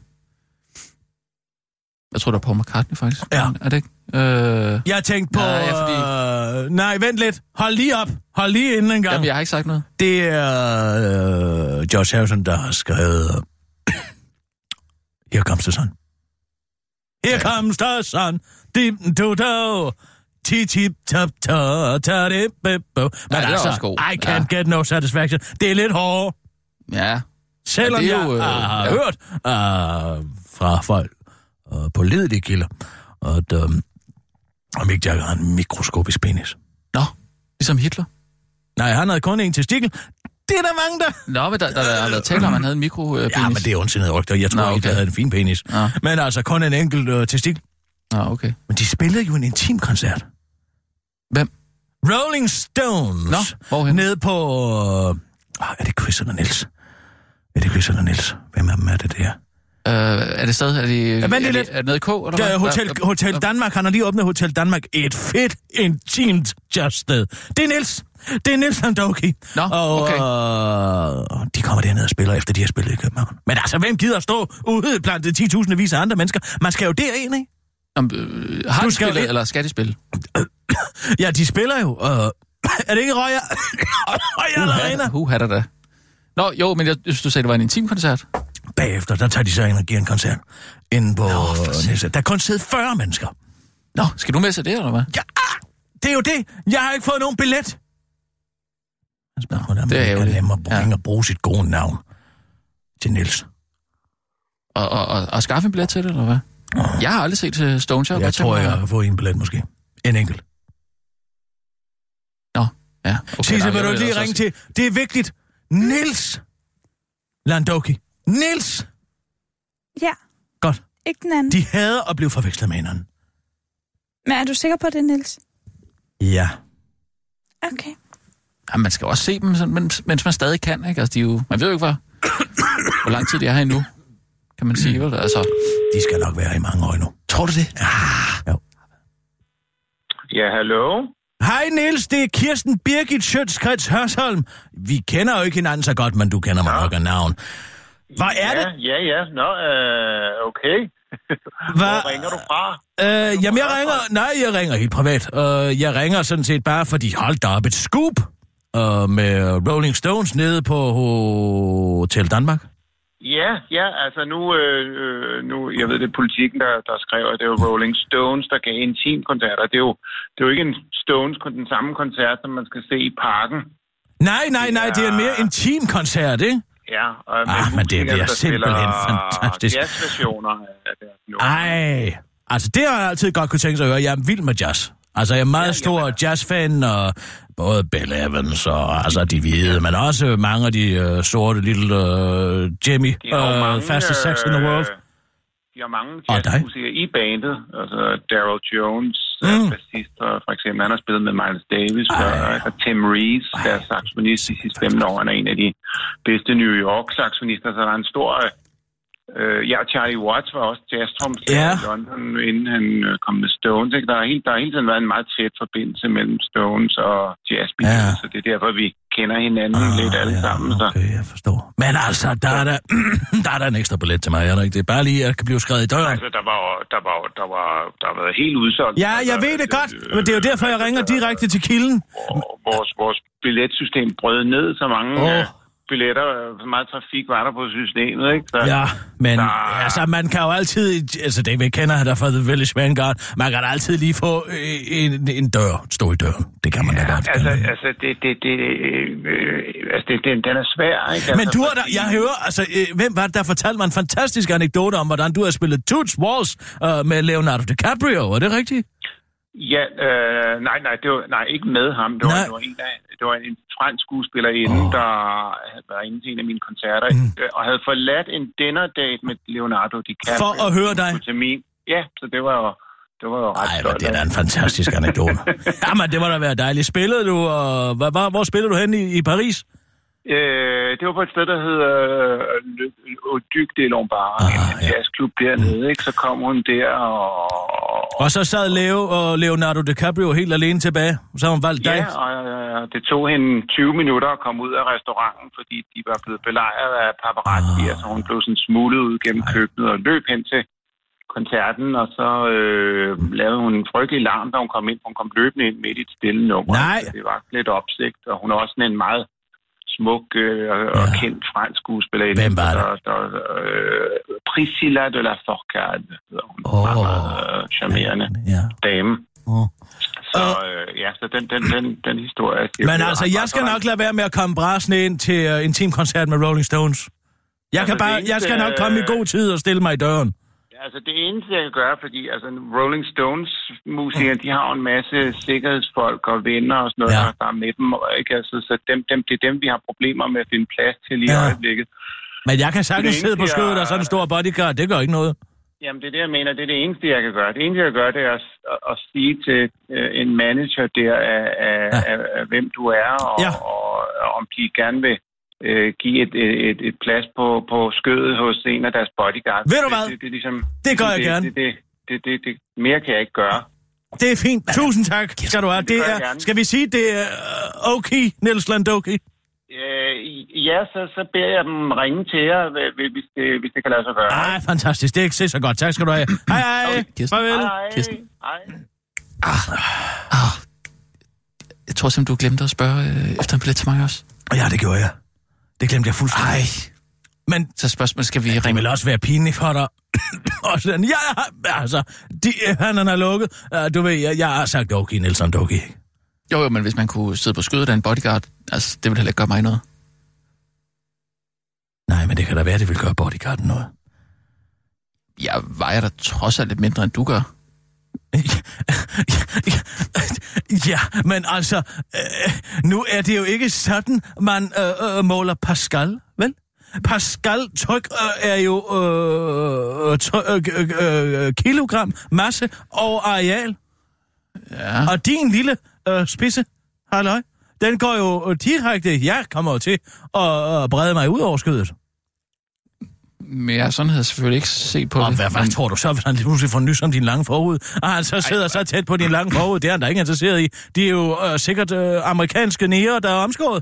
Jeg tror, der er Paul McCartney, faktisk. Ja. Er det ikke? Øh... Jeg tænkte på... Nej, fordi- øh, nej, vent lidt. Hold lige op. Hold lige inden en gang. Jamen, jeg har ikke sagt noget. Det er øh, George Harrison, der har skrevet... Here comes the sun. Here Ja. comes the sun. Deep to do. Ti-tip-tap-ta-ta-dip-bip-bo. Men Ja, det er altså, også god. I can't Ja. get no satisfaction. Det er lidt hårdt. Ja. Selvom Ja, det er jeg jo, øh, har ja. hørt uh, fra folk uh, på ledelige kilder, at um, Mick Jagger har en mikroskopisk penis. Nå, ligesom Hitler. Nej, han havde kun en testikel. Det er der mange, der... Nå, men der, der, der har været talt om, at han havde en mikropenis. Ja, men det er ondsindede rygter. Jeg tror Nå, ikke, okay. der havde en fin penis. Ja. Men altså, kun en enkelt uh, testikel. Nå, okay. Men de spillede jo en intimkoncert. Hvem? Rolling Stones. Nå, hvorhen? Nede på... Uh, er det Chris eller Niels? Er det Chris eller Niels? Hvem af dem er det der? Øh, er det stadig... Er det, Ja, vent lige er lidt. det, er det nede i K, eller Ja, hvad? Hotel, Ja, Hotel Danmark. Han har lige åbnet Hotel Danmark. Et fedt, intimt just sted. Det er Niels. Det er Niels Landoki. Nå, og okay. øh, de kommer derned og spiller, efter de har spillet i København. Men altså, hvem gider at stå ude blandt de ti tusind vis af andre mennesker? Man skal jo derind, ikke? Om, øh, har Du de skal jo spillet, ind- eller skal de spille? Ja, de spiller jo. Øh, er det ikke Royal? Royal Arena? Huh, er der da. Nå, jo, men jeg synes, du sagde, det var en intimkoncert. Bagefter, der tager de så ind og giver en koncert. Inde på... Nå, for Næste. Der er kun siddet fyrre mennesker. Nå, skal du med til det, eller hvad? Ja, det er jo det. Jeg har ikke fået nogen billet. Hvordan Det er man kan ærgerligt. nemme at bruge, Ja. ja. bruge sit gode navn til Niels. Og, og, og, og skaffe en billet til det, eller hvad? Oh. Jeg har aldrig set til Stones. Jeg, har Jeg godt tænkt tror, mig- jeg har fået en billet måske. En enkelt. Nå, ja. Okay, Sisse, nej, vil jeg du ikke lige også ringe sige- til? Det er vigtigt. Niels Landoki. Niels! Ja, Godt. ikke den anden. De hader at blive forvekslet med hinanden. Men er du sikker på det, Niels? Ja. Okay. Ja, man skal også se dem, sådan, mens, mens man stadig kan, ikke? Altså, de er jo, man ved jo ikke, hvor, hvor lang tid de er her endnu, kan man sige, vel? Altså, De skal nok være i mange år endnu. tror du det? Ja. Jo. Ja, hallo? Hej Niels, det er Kirsten Birgit Schøtz-Krets Hørsholm. Vi kender jo ikke hinanden så godt, men du kender mig nok af navn. Hvad er ja, det? Ja, ja, nå, øh, okay. Hvad? Hvor ringer du fra? Øh, jamen, jeg ringer... Nej, jeg ringer helt privat. Uh, jeg ringer sådan set bare, fordi hold da op et scoop uh, med Rolling Stones nede på Hotel Danmark. Ja, ja, altså nu, øh, øh, nu jeg ved, det er Politikken, der, der skriver, at det er jo Rolling Stones, der gav intimkoncerter. Det er jo, det er jo ikke en Stones, den samme koncert, som man skal se i parken. Nej, nej, nej, det er en mere intim koncert, ikke? Ja, og Ah, men det bliver simpelthen fantastisk. Jazzversioner af deres numre. Ej, altså det har jeg altid godt kunne tænke sig at høre. Jeg er vild med jazz. Altså, jeg er meget ja, stor jamen. jazzfan, og både Bill Evans og altså de hvide, men også mange af de uh, sorte lille uh, Jimmy, uh, Fastest Sex in the World. De har mange jazzmusikere i bandet. Altså Daryl Jones, mm. bassist, for eksempel. Han har spillet med Miles Davis, og, og Tim Reeves, der er saxofonist de sidste femten år. Han er en af de bedste New York-saxofonister, så der er en stor... Øh, ja, Charlie Watts var også jazztrommeslager yeah. i London, inden han øh, kom med Stones. Ikke? Der, har helt, der har hele tiden været en meget tæt forbindelse mellem Stones og jazzbeats, yeah. så det er derfor, vi kender hinanden oh, lidt alle ja, sammen. Så. Okay, jeg forstår. Men altså, der er der, der er der en ekstra billet til mig, er der ikke? Det er bare lige, at jeg kan blive skrevet i døren. Altså, der var der var der var der har været helt udsolgt. Ja, jeg ved det godt, men det er jo derfor, jeg ringer direkte til kilden. Vores, vores billetsystem brød ned så mange... Oh. billetter, så meget trafik var der på systemet, ikke? Så, ja, men der... altså, man kan jo altid, altså det vi kender der fra The Village Vanguard, man kan altid lige få en, en dør, stå i døren. Det kan man ja, da godt. Altså, altså, det, det, det, øh, altså det, det, den er svær, ikke? Men altså, du har da, jeg hører, altså, øh, hvem var det, der fortalte mig en fantastisk anekdote om, hvordan du har spillet Toots Waltz øh, med Leonardo DiCaprio, er det rigtigt? Ja, øh, nej, nej, det var, nej, ikke med ham. Det var, det var, en, det var en fransk skuespillerinde, oh. der havde været inde til en af mine koncerter, mm. og havde forladt en dinner date med Leonardo DiCaprio. For at høre dig? Ja, så det var jo, det var jo ret Ej, stolt. det er da en fantastisk anekdote. Jamen, det må da være dejligt. Spillede du, og hvor, hvor, hvor spillede du hen i, i Paris? Øh, det var på et sted, der hedder Au Duc de Lombard, ah, en ja. jazzklub dernede, ikke? Så kom hun der, og... Og så sad Leo og Leonardo DiCaprio helt alene tilbage, så har hun valgt dig? Ja, og øh, det tog hende tyve minutter at komme ud af restauranten, fordi de var blevet belejret af paparazzi, ah. så hun blev sådan smuglet ud gennem Ej. køkkenet og løb hen til koncerten, og så øh, lavede hun en frygtelig larm, da hun kom ind. Hun kom løbende ind midt i et stille nummer. Nej. Så det var lidt opsigt, og hun er også sådan en meget smuk øh, og ja. kendt fransk skuespiller. Hvem var det? Der, der, øh, Priscilla de la Forcade, hedder hun. Oh. Meget, meget øh, charmerende ja. dame. Oh. Så øh, ja, så den, den, den, den historie... Siger, men altså, jeg skal nok lade være med at komme brasende ind til uh, intimkoncert med Rolling Stones. Jeg, altså, kan bare, eneste, jeg skal nok komme i god tid og stille mig i døren. Altså, det eneste, jeg kan gøre, fordi altså, Rolling Stones-musikere, de har en masse sikkerhedsfolk og venner og sådan noget, ja. der er med dem. Ikke? Altså, så dem, dem, det er dem, vi har problemer med at finde plads til lige i ja. øjeblikket. Men jeg kan sagtens sidde på skødet og sådan en stor bodyguard. Det gør ikke noget. Jamen, det er det, jeg mener. Det er det eneste, jeg kan gøre. Det eneste, jeg kan gøre, det er at, at sige til øh, en manager der, af, af, ja. af, af hvem du er, og, ja. og, og om de gerne vil øh, give et, et, et plads på, på skødet hos en af deres bodyguards. Ved du hvad? Det, det, det, ligesom, det gør jeg det, gerne. Det, det, det, det, det, mere kan jeg ikke gøre. Det er fint. Tusind tak skal du have. Det, det er, skal vi sige, det er uh, okay, Niels Landoki? Øh, ja, så, så beder jeg dem ringe til jer, hvis det, hvis det kan lade sig gøre. Ej, fantastisk. Det er ikke så godt. Tak skal du have. Hej, hej. Okay. Farvel. Hej, hej. Ah, ah. Jeg tror simpelthen, du glemte at spørge øh, efter en billet til mig også. Ja, det gjorde jeg. Det glemte jeg fuldstændig. Ej. Men så spørgsmålet skal vi ringe. Det vil også være pinligt for dig. Og sådan, ja, altså, de, han er lukket. Uh, du ved, jeg, jeg har sagt okay, Nielsen Doki. Jo, jo, men hvis man kunne sidde på skødet af en bodyguard, altså, det ville heller ikke gøre mig noget. Nej, men det kan da være, det vil gøre bodyguarden noget. Jeg vejer da trods alt lidt mindre, end du gør. Ja, men altså, øh, nu er det jo ikke sådan, man øh, øh, måler Pascal, vel? Pascal-tryk øh, er jo øh, tryk, øh, øh, kilogram, masse og areal. Ja. Og din lille øh, spidse, halløj, den går jo direkte, jeg kommer jo til at øh, brede mig ud over skødet. Men jeg sådan havde selvfølgelig ikke set på og det. Hvad, hvad men... tror du så, hvis han lige pludselig får nys om din lange forhud? Og han så sidder ej, så tæt på din lange forhud, det er han da ikke interesseret i. De er jo øh, sikkert øh, amerikanske næger, der er omskåret.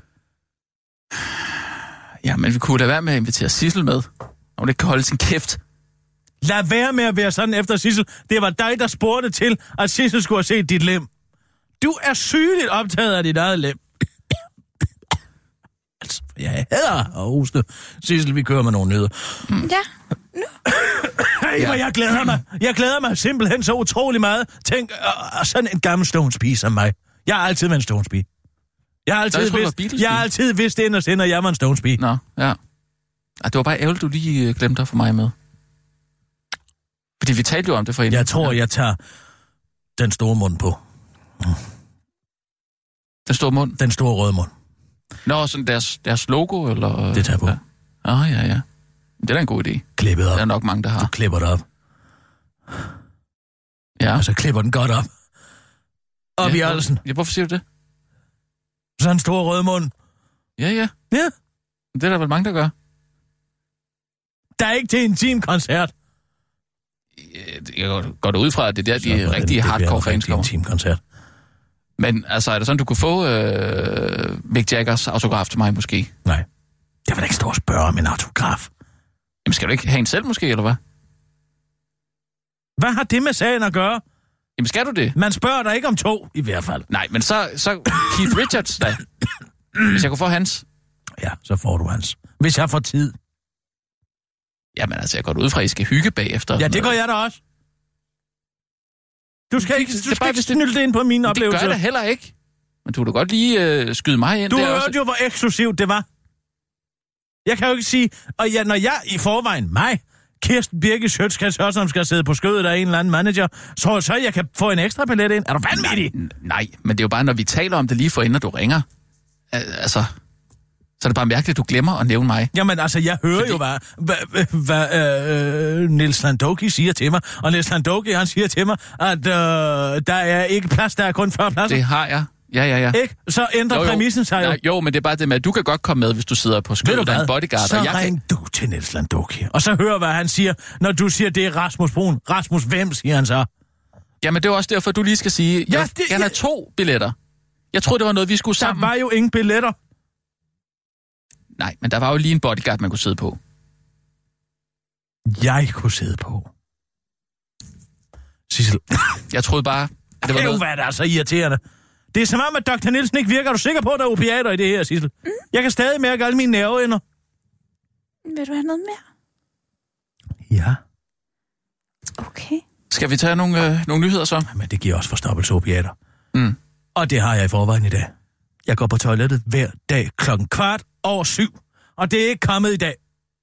Ja, men vi kunne da være med at invitere Sissel med, om det kan holde sin kæft. Lad være med at være sådan efter Sissel. Det var dig, der spurgte til, at Sissel skulle have set dit lem. Du er sygeligt optaget af dit eget lem. Altså, jeg hader at hoste. Sissel, vi kører med nogle nyder. Mm. Ja, nu. Hey, ja. Jeg glæder mig. Jeg glæder mig simpelthen så utrolig meget. Tænk, uh, sådan en gammel Stones-pige som mig. Jeg har altid været en Stones-pige. Jeg har altid, vidst, jeg har altid vidst inderst inde, at jeg var en Stones-pige. Nå, ja. Ej, det var bare ærgerligt, du lige glemte at få mig med. Fordi vi talte jo om det for inden. Jeg tror, jeg tager den store mund på. Mm. Den store mund? Den store røde mund. Nå, sådan deres, deres logo, eller... Det tager på. Ja. Ah, ja, ja. Det er da en god idé. Klippet op. Der er nok mange, der har. Du klipper det op. Ja. Og så klipper den godt op. Op ja, i halsen. Ja, hvorfor siger du det? Sådan en stor rød mund. Ja, ja. Ja. Det er der vel mange, der gør. Der er ikke til en teamkoncert. Jeg går godt ud fra, at det der, de er rigtige hardcore fans går. En teamkoncert. Men altså, er det sådan, du kunne få øh, Mick Jaggers autograf til mig måske? Nej. Jeg vil da ikke stå og spørge om en autograf. Jamen, skal du ikke have en selv måske, eller hvad? Hvad har det med sagen at gøre? Jamen, skal du det? Man spørger dig ikke om to, i hvert fald. Nej, men så, så Keith Richards da. Hvis jeg kunne få hans. Ja, så får du hans. Hvis jeg får tid. Jamen altså, jeg går ud fra, at I skal hygge bagefter. Ja, det gør jeg da også. Du skal ikke, du skal bare, ikke snylde det ind på mine oplevelser. Det gør jeg da heller ikke. Men du kan da godt lige øh, skyde mig ind. Du hørte også jo, hvor eksklusivt det var. Jeg kan jo ikke sige, og ja, når jeg i forvejen, mig, Kirsten Birgit Schøtz-Krets Hørsholm, skal sidde på skødet af en eller anden manager, så, så jeg kan få en ekstra billet ind. Er du vanvittig? Nej, nej, men det er jo bare, når vi taler om det lige for inden, du ringer. Altså... Så er det bare mærkeligt, at du glemmer at nævne mig. Jamen altså, jeg hører Fordi... jo, hvad, hvad, hvad øh, Niels Landoki siger til mig. Og Niels Landoki, han siger til mig, at øh, der er ikke plads, der er kun fyrre pladser. Det har jeg. Ja, ja, ja. Ikke? Så ændrer jo, jo. præmissen sig jo. Nej, jo, men det er bare det med, at du kan godt komme med, hvis du sidder på skødet af en bodyguard. Så og jeg ring kan... du til Niels Landoki. Og så hør, hvad han siger, når du siger, det er Rasmus Brun. Rasmus, hvem, siger han så? Jamen, det er også derfor, du lige skal sige, ja, jeg det, gerne have to billetter. Jeg troede, det var noget, vi skulle sammen. Der var jo ingen billetter. Nej, men der var jo lige en bodyguard, man kunne sidde på. Jeg kunne sidde på. Sissel. Jeg troede bare, at det var Æv, noget... hvad er det så irriterende? Det er som om, at doktor Nielsen ikke virker. Er du sikker på, at der er opiater i det her, Sissel? Mm. Jeg kan stadig mærke alle mine nerveender. Vil du have noget mere? Ja. Okay. Skal vi tage nogle, øh, nogle nyheder så? Men det giver også forstoppelse opiater. Mm. Og det har jeg i forvejen i dag. Jeg går på toilettet hver dag klokken kvart over syv. Og det er ikke kommet i dag.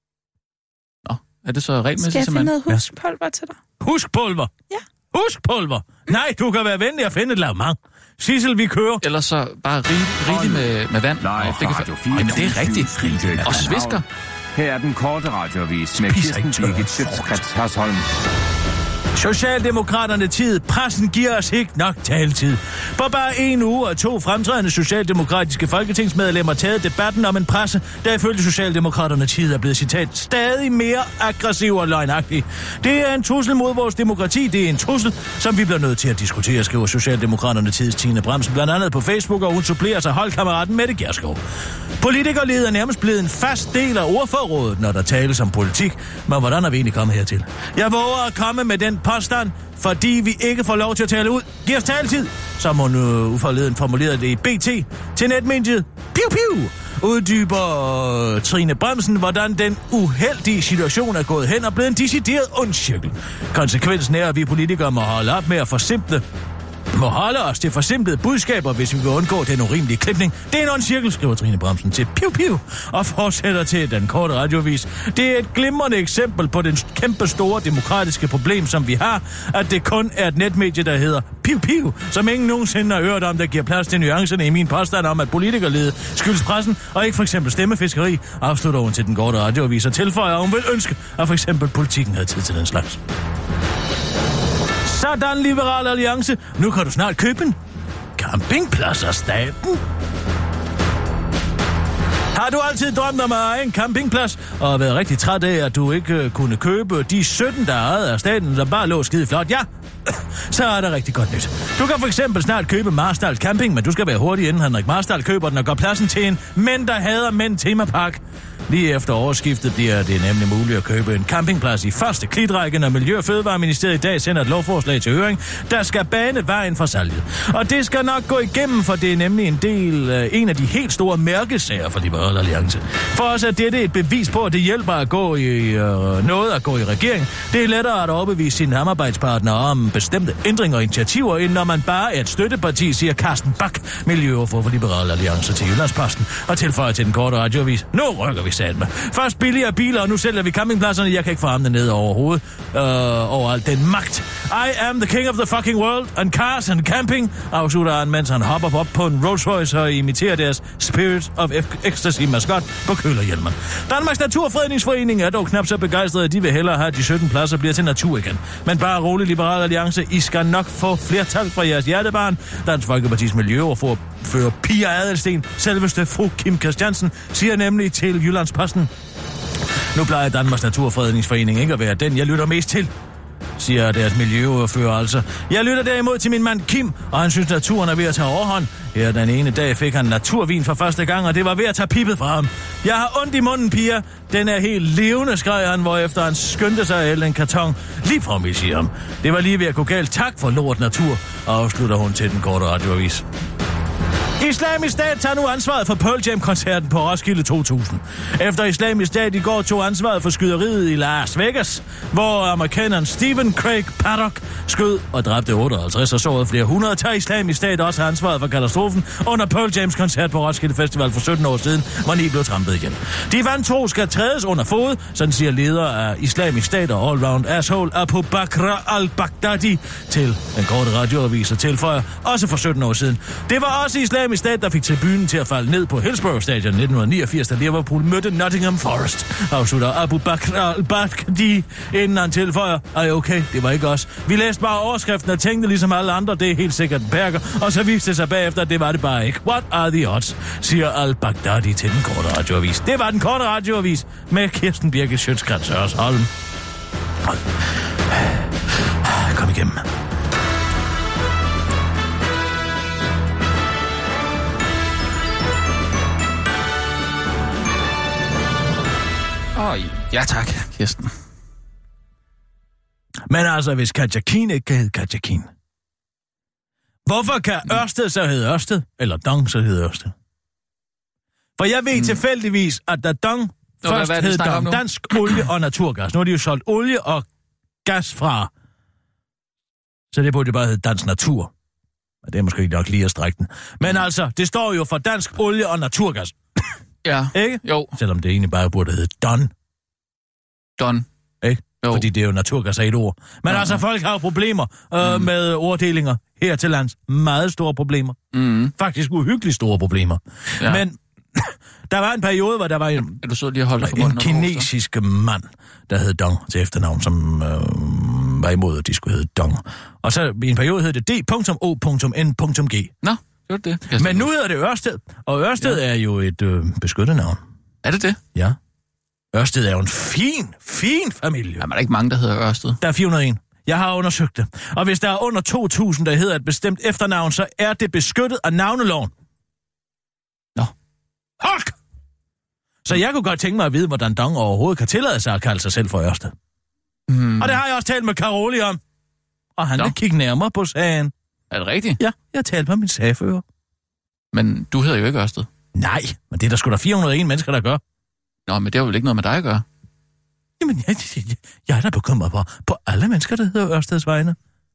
Nå, er det så regelmæssigt? Skal jeg finde noget huskpulver til dig? Huskpulver? Ja. Huskpulver? Mm. Nej, du kan være venlig at finde et lavmang. Sissel, vi kører. Ellers så bare rigeligt med, med vand. Nej, det kan Radio fire. Jamen, det er rigtigt. Rigeligt. Og svisker. Her er den korte radioavis med Kirsten Birgit Schøtz-Krets Hørsholm. Socialdemokraterne tid. Pressen giver os ikke nok taletid. På bare en uge og to fremtrædende socialdemokratiske folketingsmedlemmer taget debatten om en presse, der ifølge Socialdemokraterne tid er blevet citat stadig mere aggressiv og løgnagtig. Det er en trussel mod vores demokrati. Det er en trussel, som vi bliver nødt til at diskutere, skriver Socialdemokraterne tids Tine Bramsen blandt andet på Facebook, og hun supplerer sig holdkammeraten Mette Gjerskov. Politikerled er nærmest blevet en fast del af ordforrådet, når der tales om politik. Men hvordan er vi egentlig kommet hertil? Jeg våger at komme med den påstand, fordi vi ikke får lov til at tale ud. Giv os taletid, som hun uh, uforleden formulerede det i B T til netmediet. Piu, piu! Uddyber uh, Trine Bremsen, hvordan den uheldige situation er gået hen og blevet en decideret ond cirkel. Konsekvensen er, at vi politikere må holde op med at forsimple må holde os til forsimplede budskaber, hvis vi vil undgå den urimelige klipning. Det er en ond cirkel, skriver Trine Bremsen til Piu Piu, og fortsætter til den korte radiovis. Det er et glimrende eksempel på den kæmpe store demokratiske problem, som vi har, at det kun er et netmedie, der hedder Piu Piu, som ingen nogensinde har hørt om, der giver plads til nuancerne i min påstand om, at politikerlede skyldes pressen, og ikke for eksempel stemmefiskeri, afslutter hun til den korte radiovis og tilføjer, at hun vil ønske, at for eksempel politikken havde tid til den slags. Sådan, Liberal Alliance. Nu kan du snart købe en campingplads af staten. Har du altid drømt om at eje en campingplads, og været rigtig træt af, at du ikke uh, kunne købe de sytten, der er ejet af staten, der bare lå skide flot? Ja, så er det rigtig godt nyt. Du kan for eksempel snart købe Marstal Camping, men du skal være hurtig, inden Henrik Marstal køber den og går pladsen til en mænd, der hader mænd temapark. Lige efter årsskiftet bliver det nemlig muligt at købe en campingplads i første klitrække, når Miljø- og Fødevareministeriet i dag sender et lovforslag til høring, der skal bane vejen for salget. Og det skal nok gå igennem, for det er nemlig en del, en af de helt store mærkesager for Liberal Alliance. For os er dette et bevis på, at det hjælper at gå i øh, noget at gå i regering. Det er lettere at overbevise sine samarbejdspartnere om, om bestemte ændringer og initiativer, end når man bare er et støtteparti, siger Carsten Bak, miljøordfører for Liberal Alliance til Jyllandsposten, og tilføjer til den korte radioavis. Nu rykker vi satme. Først billigere biler, og nu sælger vi campingpladserne. Jeg kan ikke få armene ned over hovedet. Øh, over alt den magt. I am the king of the fucking world, and cars and camping, afslutter han, mens han hopper op på en Rolls Royce og imiterer deres Spirit of Ecstasy-maskot på kølerhjelmen. Danmarks Naturfredningsforening er dog knap så begejstret, at de vil hellere have, at de sytten pladser bliver til natur igen. Men bare rolig, Liberal Alliance, I skal nok få flertal fra jeres hjertebarn. Dansk Folkepartis miljøordfører Pia Adelsten, selveste fru Kim Christiansen, siger nemlig til Jyllandsposten: nu plejer Danmarks Naturfredningsforening ikke at være den, jeg lytter mest til, siger deres miljøordfører altså. Jeg lytter derimod til min mand Kim, og han synes, naturen er ved at tage overhånd. Her den ene dag fik han naturvin for første gang, og det var ved at tage pippet fra ham. Jeg har ondt i munden, Pia. Den er helt levende, skreg han, hvorefter han skyndte sig at hælde en karton lige fra mig, siger ham. Det var lige ved at gå galt. Tak for lort natur, afslutter hun til den korte radioavis. Islamisk Stat tager nu ansvaret for Pearl Jam-koncerten på Roskilde to tusind. Efter Islamisk Stat i går tog ansvaret for skyderiet i Las Vegas, hvor amerikaneren Stephen Craig Paddock skød og dræbte otteoghalvtreds og sårede flere hundrede, tager Islamisk Stat også ansvaret for katastrofen under Pearl Jams koncert på Roskilde Festival for sytten år siden, hvor ni blev trampet igen. De vantro skal trædes under fod, sådan siger leder af Islamisk Stat og allround asshole Abu Bakr al-Baghdadi til den korte radioavis og tilføjer, også for sytten år siden. Det var også Islamisk Stat, der fik tribunen til at falde ned på Hillsborough Stadion nitten niogfirs, da Liverpool mødte Nottingham Forest, afslutter Abu Bakr al-Baghdadi, inden han tilføjer: ej okay, det var ikke os. Vi læste bare overskriften og tænkte ligesom alle andre, det er helt sikkert en perker, og så viste det sig bagefter, at det var det bare ikke. What are the odds, siger al-Baghdadi til den korte radioavis. Det var den korte radioavis med Kirsten Birgit Schøtzgrads Hørsholm. Kom igennem. Åh, oh, ja tak, Kirsten. Men altså, hvis Katja Kien ikke kan hedde Katja Kien, hvorfor kan Ørsted så hedde Ørsted? Eller Dong så hedde Ørsted? For jeg ved mm. tilfældigvis, at da Dong Nå, først hed Dong, Dansk Olie og Naturgas. Nu har de jo solgt olie og gas fra. Så det burde jo bare hedde Dansk Natur. Og det er måske ikke nok lige at strække den. Men altså, det står jo for Dansk Olie og Naturgas. Ja. Ikke? Jo. Selvom det egentlig bare burde hedde Don. Don. Ikke? Jo. Fordi det er jo naturgas af et ord. Men uh-huh. altså, folk har jo problemer øh, mm. med orddelinger her til lands. Meget store problemer. Mm. Faktisk uhyggeligt store problemer. Ja. Men der var en periode, hvor der var en, er du så lige holdt en kinesisk mand, der hed Dong til efternavn, som øh, var imod, at de skulle hedde Dong. Og så i en periode hed det D O N G. Nå. Det. Men nu hedder det Ørsted, og Ørsted ja. er jo et øh, beskyttet navn. Er det det? Ja. Ørsted er jo en fin, fin familie. Jamen, er der ikke mange, der hedder Ørsted? Der er fire hundrede og en. Jeg har undersøgt det. Og hvis der er under to tusind, der hedder et bestemt efternavn, så er det beskyttet af navneloven. Nå. Hulk! Så jeg kunne godt tænke mig at vide, hvordan Dong overhovedet kan tillade sig at kalde sig selv for Ørsted. Hmm. Og det har jeg også talt med Karoli om. Og han Nå. vil kigge nærmere på sagen. Er det rigtigt? Ja, jeg har talt med min sagfører. Men du hedder jo ikke Ørsted. Nej, men det er der sgu da fire hundrede og en mennesker, der gør. Nå, men det har vel ikke noget med dig at gøre? Jamen, jeg, jeg, jeg er da bekymret på, på alle mennesker, der hedder Ørsteds vegne.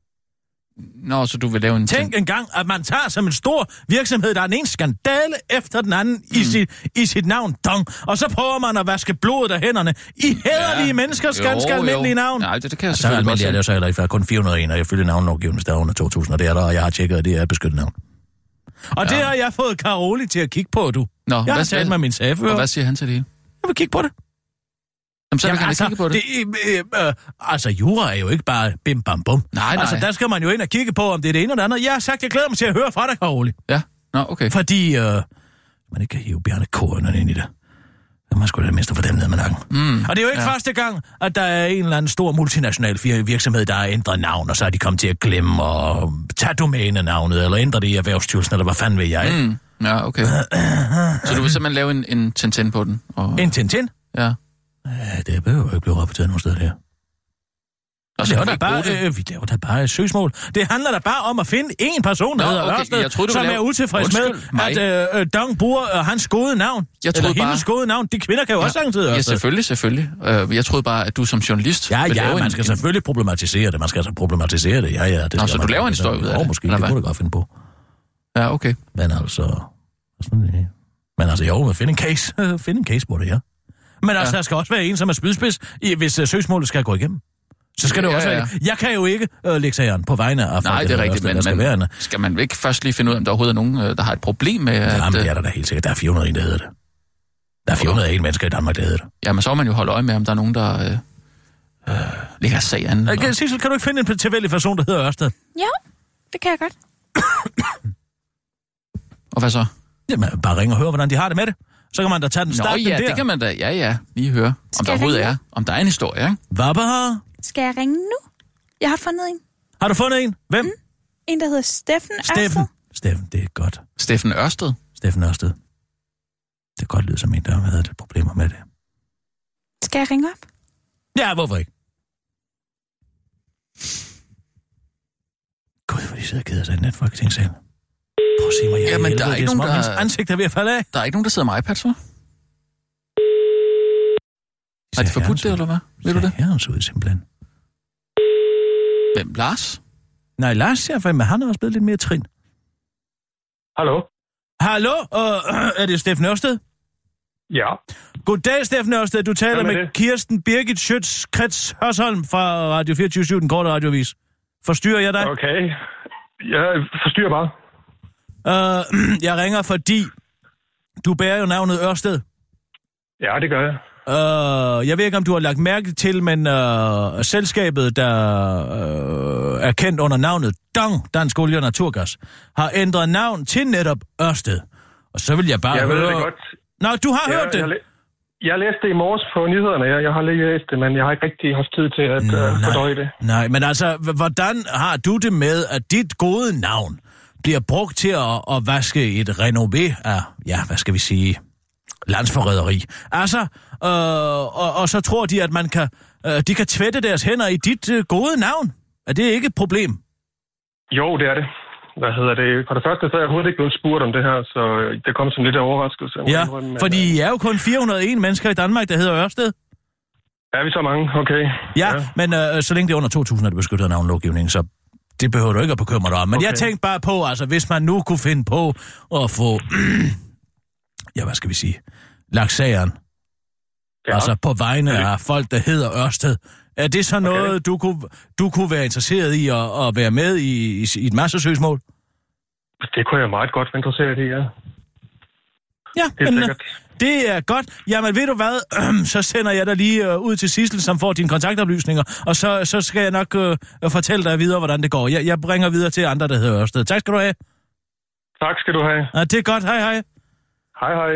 Nå, så du vil lave en... Tænk engang, at man tager som en stor virksomhed, der er den ene skandale efter den anden mm. i, sit, i sit navn, Dong. Og så prøver man at vaske blodet af hænderne i hæderlige ja. menneskers jo, ganske almindelige navn. Nej, det, det kan jeg altså, selvfølgelig godt se. Det er så heller ikke, for kun fire hundrede og en, og jeg følger navnlovgivningen, der er under to tusind, og det er der, og jeg har tjekket, at det er et beskyttet navn. Og ja. det har jeg fået Karoli til at kigge på, du. Nå, jeg har talt med min sagfører. Og hvad siger han til det? Jeg vil kigge på det. Jamen, så vil han altså, kigge på det. det øh, øh, altså, jura er jo ikke bare bim bam bum. Nej, nej. Altså, der skal man jo ind og kigge på, om det er det ene eller det andet. Jeg har sagt, jeg glæder mig til at høre fra dig, Karoli. Ja, nå, okay. Fordi, øh, man ikke kan hive Bjarne Kornen ind i det. Man skulle da mindst få dem ned med nakken. Mm, og det er jo ikke ja. første gang, at der er en eller anden stor multinational virksomhed, der har ændret navn, og så er de kommet til at glemme og tage domænenavnet, eller ændre det i Erhvervsstyrelsen, eller hvad fanden vil jeg? Mm, ja, okay. Så du vil simpelthen lave en, en Tintin på den? Og... En Tintin? Ja. Ja, det behøver jo ikke blive rapporteret nogen steder her. Og så det kan var vi da ikke bare, bruge det. øh, vi laver da bare et søgsmål. Det handler da bare om at finde én person, der Nå, hedder okay. Ørsted, Jeg troede, du som ville er lave- utilfreds med, Undskyld at øh, øh, Dong bruger øh, hans gode navn. Jeg troede eller bare- hendes gode navn. De kvinder kan jo Ja. også sagtens hedde Ja, Ørsted. selvfølgelig, selvfølgelig. Øh, jeg troede bare, at du som journalist Ja, ville ja, lave man en- skal en- selvfølgelig problematisere det. Man skal altså problematisere det. Ja, ja. Det Nå, skal så man. du laver en historie ud af det, måske, eller det hvad? kunne du godt finde på. Ja, okay. Men altså... Sådan, ja. Men altså, jo, find en case. Find en case på det, ja. Men altså, Ja. der skal også være en, som er spydspids, i- hvis uh, søgsmålet skal gå igennem. Så skal det Ja, også ja, være... Jeg kan jo ikke uh, lægge sageren på vegne af folk, Nej, det der er rigtigt, der men, skal men være en- skal man ikke først lige finde ud af, om der overhovedet er nogen, øh, der har et problem med, at... Jamen, det øh, er der da helt sikkert. Der er fire hundrede og en, der hedder det. Der er fire hundrede og en mennesker i Danmark, der hedder det. Jamen, så må man jo holde øje med, om der er nogen, der øh, øh, ligger sag an. Øh, Kan, Sissel, kan du ikke finde en tilfældig person, der hedder Ørsted? Ja, det kan jeg godt. Og hvad så? Jamen, bare ringe og høre, hvordan de har det med det. Så kan man da tage den Nå start ja, der. det kan man da, ja ja, lige høre, om Skal der jeg overhovedet ringe er, om der er en historie, ikke? Hvad har? Skal jeg ringe nu? Jeg har fundet en. Har du fundet en? Hvem? Mm. En, der hedder Steffen Steffen. Ørsted. Steffen, det er godt. Steffen Ørsted? Steffen Ørsted. Det er godt lyde som en, der har været lidt problemer med det. Skal jeg ringe op? Ja, hvorfor ikke? Gud, hvor de sidder og keder sig i den Folketingssal. Prøv at se mig, jeg Jamen, er der er helvede, ikke det som nogen, om der- hendes ansigt er ved at falde af. Der er ikke nogen, der sidder med iPads, hva'? Er det forbudt det, eller hvad? Ved du det? Herrens ud, simpelthen. Hvem? Lars? Nej, Lars siger for, men han er også blevet lidt mere trin. Hallo? Hallo, uh, er det Steffen Ørsted? Ja. Goddag, Steffen Ørsted. Du taler Hvem er med det? Kirsten Birgit Schøtz Krets Hørsholm fra Radio fireogtyve syv, den korte radiovis. Forstyrrer jeg dig? Okay. Jeg forstyrrer bare. Uh, jeg ringer, fordi du bærer jo navnet Ørsted. Ja, det gør jeg. Uh, jeg ved ikke, om du har lagt mærke til, men uh, selskabet, der uh, er kendt under navnet Dong, Dansk Olie og Naturgas, har ændret navn til netop Ørsted. Og så vil jeg bare Jeg høre... ved det godt. Nå, du har jeg, hørt det? Jeg, læ- jeg læste det i morges på nyhederne. Jeg, jeg har lige læst det, men jeg har ikke rigtig haft tid til at uh, fordøje det. Nej, men altså, h- hvordan har du det med, at dit gode navn bliver brugt til at, at vaske et renommé af, ja, hvad skal vi sige, landsforræderi? Altså, øh, og, og så tror de, at man kan, øh, de kan tvætte deres hænder i dit øh, gode navn. Er det ikke et problem? Jo, det er det. Hvad hedder det? For det første, så er jeg overhovedet ikke blevet spurgt om det her, så det kom som lidt af overraskelse. må Ja, jeg indrømme, men, fordi I er jo kun fire hundrede og en mennesker i Danmark, der hedder Ørsted. Er vi så mange? Okay. Ja, ja. men øh, så længe det er under to tusind, er det beskyttet af navnlovgivningen, så det behøver du ikke at bekymre dig om. Men okay. Jeg tænkte bare på, altså hvis man nu kunne finde på at få, ja, hvad skal vi sige, lagt sageren, ja. Altså på vegne ja. af folk, der hedder Ørsted. Er det så noget, okay. du, kunne, du kunne være interesseret i at, at være med i, i, i et massesøgsmål? Det kunne jeg meget godt være interesseret i, ja. Ja, Helt men sikkert. det er godt. Jamen ved du hvad, så sender jeg dig lige uh, ud til Sissel, som får dine kontaktoplysninger, og så, så skal jeg nok uh, fortælle dig videre, hvordan det går. Jeg, jeg bringer videre til andre, der hedder Ørsted. Tak skal du have. Tak skal du have. Ja, det er godt. Hej, hej. Hej, hej.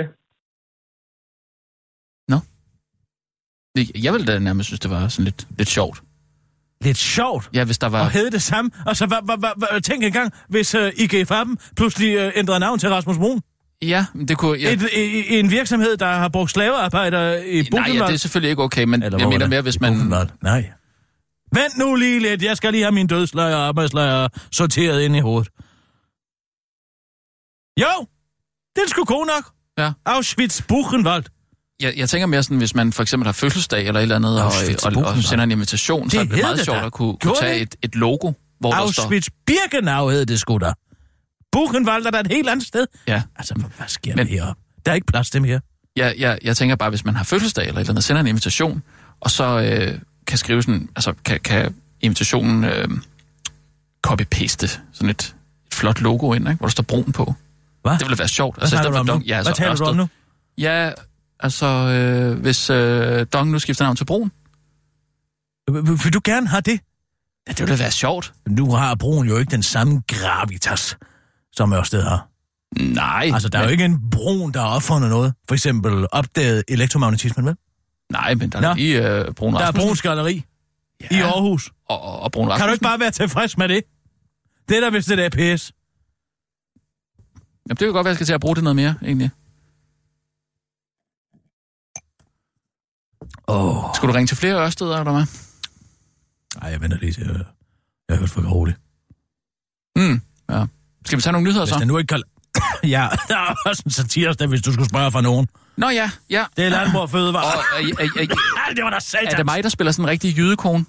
Jeg ville da nærmest synes, det var sådan lidt, lidt sjovt. Lidt sjovt? Ja, hvis der var... Og hed det samme. Og så hva, hva, hva, hva, tænk engang, hvis uh, I G Faben pludselig uh, ændrede navn til Rasmus Broen. Ja, det kunne... Ja. Et, i, en virksomhed, der har brugt slavearbejdere i Buchenwald. Nej, ja, det er selvfølgelig ikke okay, men Eller jeg mener det? mere, hvis man... Buchenwald. Nej. Vent nu lige lidt. Jeg skal lige have min dødslejr og arbejdslejr sorteret ind i hovedet. Jo, det er sgu god nok. Ja. Auschwitz-Buchenwald. Jeg, jeg tænker mere sådan, hvis man for eksempel har fødselsdag eller et eller andet, og, og, og sender en invitation, det så er det meget sjovt at kunne, kunne tage et, et logo, hvor der står... Auschwitz-Birkenau hed det sgu da. Buchenwald er der et helt andet sted. Ja. Altså, hvad sker der heroppe? Der er ikke plads til mere. Ja, jeg, jeg tænker bare, hvis man har fødselsdag eller et eller andet, sender en invitation, og så øh, kan skrive sådan, altså kan, kan invitationen øh, copy-paste sådan et, et flot logo ind, ikke? Hvor der står brun på. Hvad? Det ville være sjovt. Hvad altså, taler du om nu? Ja, altså, Hvad taler Ørsted. du om nu? Ja, altså, øh, hvis øh, Dong nu skifter navn til Brun. Vil du gerne have det? Ja, det ville da være sjovt. Nu har Brun jo ikke den samme gravitas, som Ørsted har. Nej. Altså, der men... er jo ikke en Brun, der har opfundet noget. For eksempel opdaget elektromagnetismen, vel? Nej, men der er lige øh, Brun Der er Bruns galleri ja. i Aarhus. Og, og, og Brun Rasmussen. Kan du ikke bare være tilfreds med det? Det er da vist det der P S. Jamen, det kan godt være, jeg skal til at bruge det noget mere, egentlig. Oh. Skulle du ringe til flere Ørsteder, eller hvad? Nej, jeg venter lige til, jeg har hørt for roligt. Mm, ja. Skal vi tage nogle nyheder hvis så? Hvis nu ikke kan... ja, der er også en satire, hvis du skulle spørge fra nogen. Nå ja, ja. Det er Landbrug Fødevare. Og, øh, øh, øh, øh, det var da satans. Er det mig, der spiller sådan en rigtig jydekone?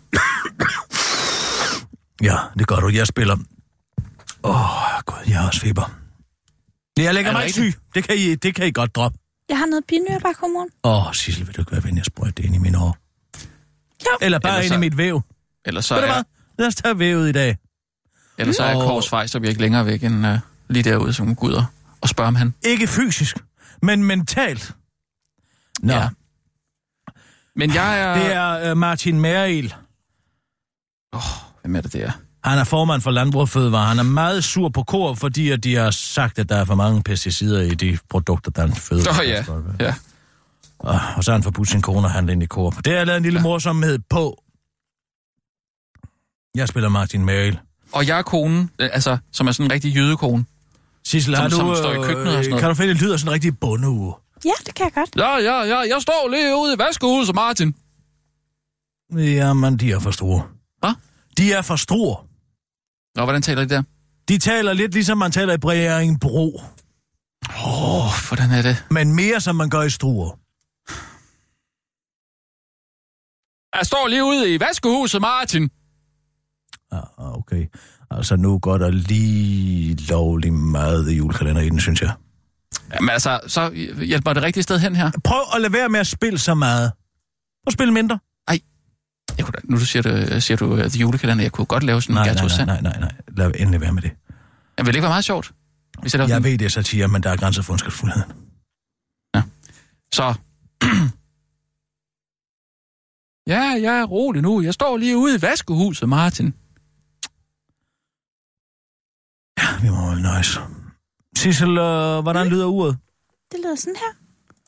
ja, det gør du. Jeg spiller... Åh, oh, gud, jeg har også feber. Jeg lægger mig syg. Det kan, I, det kan I godt droppe. Jeg har noget binyrbarkhormon. Åh, oh, Sissel, vil du ikke være venlig at sprøjte det ind i mine år? Jo. Eller bare Eller ind så... i mit væv. Eller så Ved du er... hvad? Lad os tage vævet i dag. Eller så er oh. Kors Fejs, så vi ikke længere væk end uh, lige derude, som Gud og, og spørge om han. Ikke fysisk, men mentalt. Nå. Ja. Men jeg er... Det er uh, Martin Merrild. Åh, oh, hvem er det der? Han er formand for Landbrug Fødevare. Han er meget sur på Coop, fordi at de har sagt, at der er for mange pesticider i de produkter, der er født. Åh oh, ja, ja. Og, og så har han forbudt sin kone at handle ind i Coop. Det er lavet en lille ja. morsomhed på. Jeg spiller Martin Merrild. Og jeg er konen, altså, som er sådan en rigtig jydekone. Sissel, har du... Som står i køkkenet og sådan noget. Kan du finde en lyd af sådan en rigtig bondeuge? Ja, det kan jeg godt. Ja, ja, ja. Jeg står lige ude i vaskehuset, Martin. Jamen, de er for store. Hvad? De er for store. Nå, hvordan taler de der? De taler lidt ligesom man taler i Bræringbro. Åh, oh, hvordan er det? Men mere som man gør i Struer. Jeg står lige ude i vaskehuset, Martin. Ah, okay. Altså, nu går der lige lovlig meget i julekalender i den, synes jeg. Jamen altså, så hjælp mig det rigtige sted hen her. Prøv at lade være med at spille så meget. Og spille mindre. Ej. Jeg kunne da, nu du siger, du, siger du uh, julekalender, jeg kunne godt lave sådan en Gertrud Sand. Nej, nej, nej, nej. Lad endelig være med det. Jeg vil ikke være meget sjovt. Hvis jeg jeg sådan... ved, det er satire, men der er grænser for ondskabsfuldheden. Ja. Så... ja, jeg er rolig nu. Jeg står lige ude i vaskehuset, Martin. Ja, vi må vel nøjes. Sissel, øh, hvordan lyder uret? Det lyder sådan her.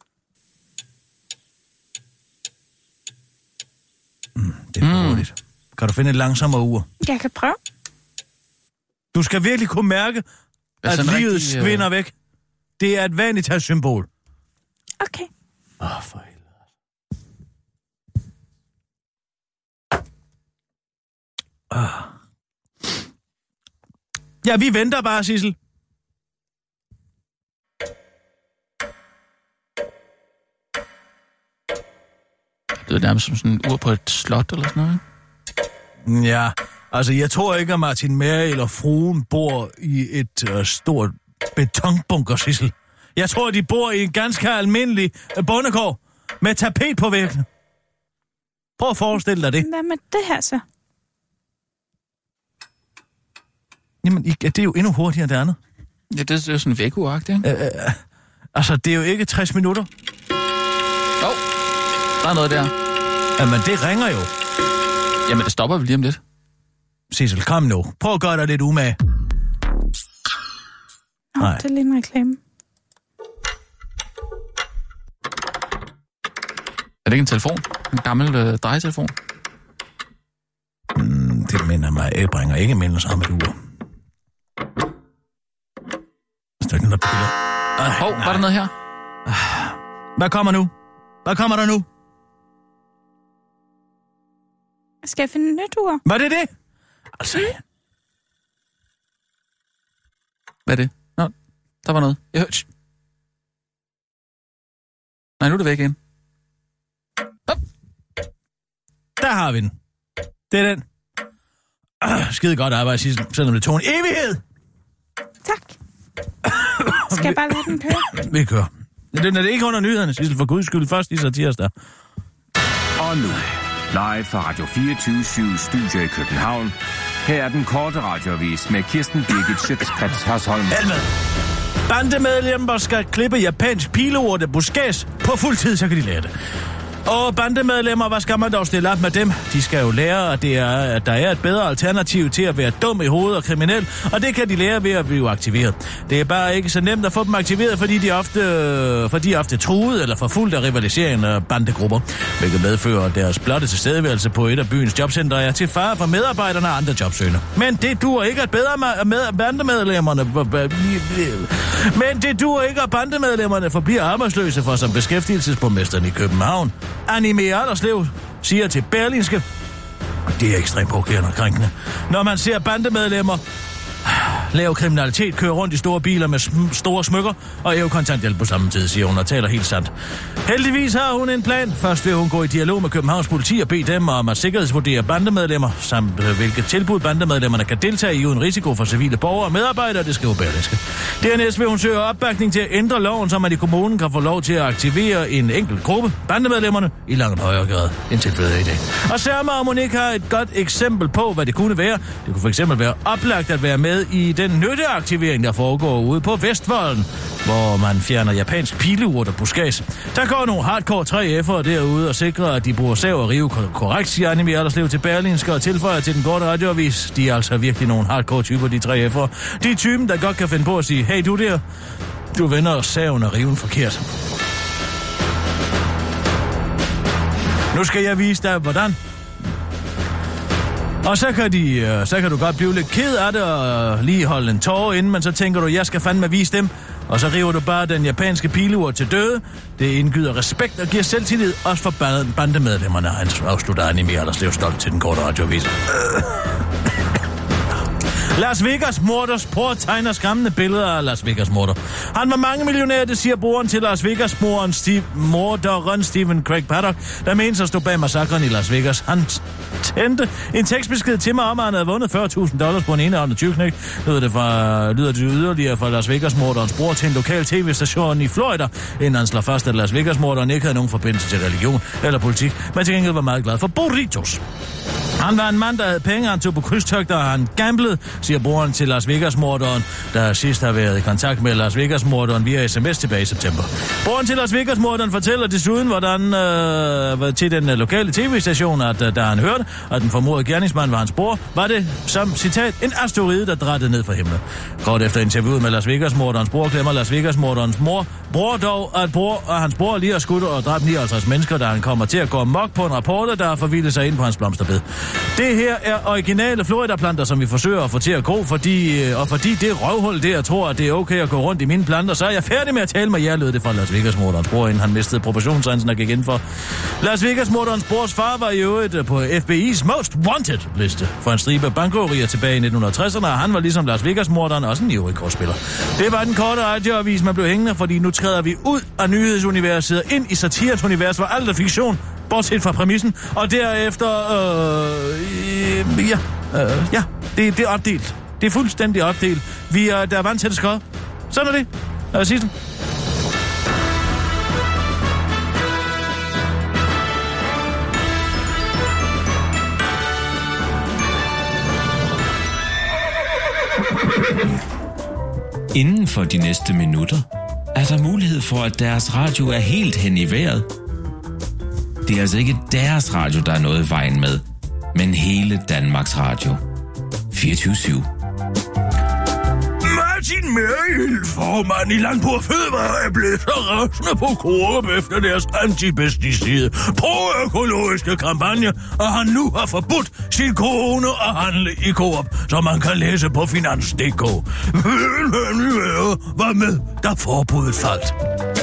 Mm, det er for hurtigt. Mm. Kan du finde et langsommere ur? Jeg kan prøve. Du skal virkelig kunne mærke, at livet rigtig, skvinder øh... væk. Det er et vanitas-symbol. Okay. Åh, oh, for helvede. Ah. Ja, vi venter bare, Sissel. Det er nærmest som sådan en ur på et slot eller sådan noget. Ja, altså jeg tror ikke, at Martin Merrild og fruen bor i et uh, stort betonbunker, Sissel. Jeg tror, de bor i en ganske almindelig uh, bondegård med tapet på væggene. Prøv at forestille dig det. Hvad med det her så? Jamen, det er jo endnu hurtigere end det andet. Ja, det er jo sådan en vækkeuragtigt, ikke? Øh, øh, altså, det er jo ikke tres minutter. Jo, oh, der er noget der. Jamen, det ringer jo. Jamen, det stopper vi lige om lidt. Sissel, kom nu. Prøv at gøre dig lidt umage. Åh, oh, det er lige en reklame. Er det ikke en telefon? En gammel øh, drejetelefon? Mm, det minder mig. Jeg bringer ikke mindelser om et ur. Hvis der ikke noget, der piller. Hov, var der noget her? Hvad kommer nu? Hvad kommer der nu? Skal jeg finde et nyt ur? Hvad er det det? Altså... Hvad er det? Nå, der var noget. Jeg hørte... Nej, nu er det væk igen. Hop. Der har vi den. Det er den. Øh, skide godt arbejde, Sissel, selvom det tog en evighed. Tak. Skal jeg bare lade den køre? Vi kører. Den er det ikke under nyhederne, Sissel, for guds skyld. Først i satirsdag. Og nu, live fra Radio fireogtyve syv Studio i København. Her er den korte radioavis med Kirsten Birgit Schøtz-Krets Hørsholm. Helvede. Bandemedlemmer skal klippe japansk pileurte buskæs på fuld tid, så kan de lære det. Og bandemedlemmer, hvad skal man dog stille op med dem? De skal jo lære, at, det er, at der er et bedre alternativ til at være dum i hovedet og kriminel, og det kan de lære ved at blive aktiveret. Det er bare ikke så nemt at få dem aktiveret, fordi de ofte, fordi de ofte truet eller forfulgt af rivaliserende bandegrupper, hvilket medfører deres blotte tilstedeværelse på et af byens jobcentre er til fare for medarbejderne og andre jobsøgende. Men det duer ikke at bedre med bandemedlemmerne. Men det duer ikke at bandemedlemmerne forbliver arbejdsløse, for som beskæftigelsesborgmesteren i København, Anime Alderslev, siger til Berlingske: Det er ekstremt provokerende og krænkende. Når man ser bandemedlemmer lave kriminalitet, kører rundt i store biler med sm- store smykker og hæve kontanthjælp på samme tid, siger hun og taler helt sandt. Heldigvis har hun en plan. Først vil hun gå i dialog med Københavns politi og bede dem om at sikkerhedsvurdere bandemedlemmer, samt hvilke tilbud bandemedlemmerne kan deltage i uden risiko for civile borgere og medarbejdere, det skriver Berlingske. Dernæst vil hun søge opbakning til at ændre loven, så man i kommunen kan få lov til at aktivere en enkelt gruppe, bandemedlemmerne, i langt højere grad end tilfældet i dag. Og særmer om hun ikke har et godt eksempel på, hvad det kunne være. Det kunne for eksempel være oplagt at være med i den nytteaktivering, der foregår ude på Vestvolden, hvor man fjerner japansk pileurt og buskads. Der går nogle hardcore tre F'ere derude og sikrer, at de bruger sav og rive korrekt, siger Annemie Allerslev til Berlingske og tilføjer til den korte radioavis. De er altså virkelig nogle hardcore typer, de tre F'ere. De er typen, der godt kan finde på at sige, hey du der, du vender saven og riven forkert. Nu skal jeg vise dig, hvordan. Og så kan, de, så kan du godt blive lidt ked af det og lige holde en tårer inden, men så tænker du, jeg skal fandme vise dem. Og så river du bare den japanske pileurt til døde. Det indgyder respekt og giver selvtillid, også for bandemedlemmerne. Han afslutter Annemie Allerslev stolt til den korte radioavis. Las Vegas morders bror tegner skræmmende billeder af Las Vegas morder. Han var mange millionær, det siger broren til Las Vegas moren Steve, morderen Stephen Craig Paddock, der menes at stå bag massakren i Las Vegas. Han tændte en tekstbesked til mig om, at han havde vundet fyrre tusind dollars på en enehåndet tyveknægt. Lyder det, fra, lyder det yderligere fra Las Vegas morderens bror til en lokal tv-station i Florida, inden han slår fast, at Las Vegas morderen ikke havde nogen forbindelse til religion eller politik, men til gengæld var meget glad for burritos. Han var en mand, der havde penge, han tog på krydstogter, og han gamblede, siger broren til Las Vegas-morderen, der sidst har været i kontakt med Las Vegas-morderen via sms tilbage i september. Broren til Las Vegas-morderen fortæller desuden, hvordan øh, til den lokale tv-station, at øh, da han hørte, at den formodede gerningsmand var hans bror, var det, som citat, en asteroide, der drættede ned fra himlen. Kort efter interviewet med Las Vegas-morderens bror, glemmer Las Vegas-morderens mor, bror dog, at bror og hans bror lige har skudt og dræbt nioghalvtreds mennesker, da han kommer til at gå amok på en rapporter, der har forvildet sig ind på hans blomsterbed. Det her er originale Florida-planter, som vi forsøger at få til at gro, fordi, og fordi det røvhul der tror, at det er okay at gå rundt i mine planter, så er jeg færdig med at tale med jer, lød det fra Las Vegas-morderens bror, inden han mistede proportionssansen og gik ind for. Las Vegas-morderens brors far var i øvrigt på F B I's Most Wanted-liste for en stribe bankrøverier tilbage i nitten tresserne, og han var ligesom Las Vegas-morderen også en ivrig kortspiller. Det var den korte radioavis, man blev hængende, fordi nu træder vi ud af nyhedsuniverset ind i satirens univers, hvor alt er fiktion, bortset fra præmissen, og derefter, øh, ja, øh, ja, det, det er opdelt. Det er fuldstændig opdelt. Vi er, der er vant til det skod. Sådan er det. Øh, Sissel. Inden for de næste minutter er der mulighed for, at deres radio er helt hen i vejret. Det er altså ikke deres radio, der er noget i vejen med, men hele Danmarks Radio. fireogtyve syv. Martin Mørild, formand i Landbrug Fødevare, er blevet så rasende på Coop efter deres antipesticide pro-økologiske kampagne, og han nu har forbudt sin kone at handle i Coop, som man kan læse på finans punktum d k. Hvad med, da forbuddet faldt?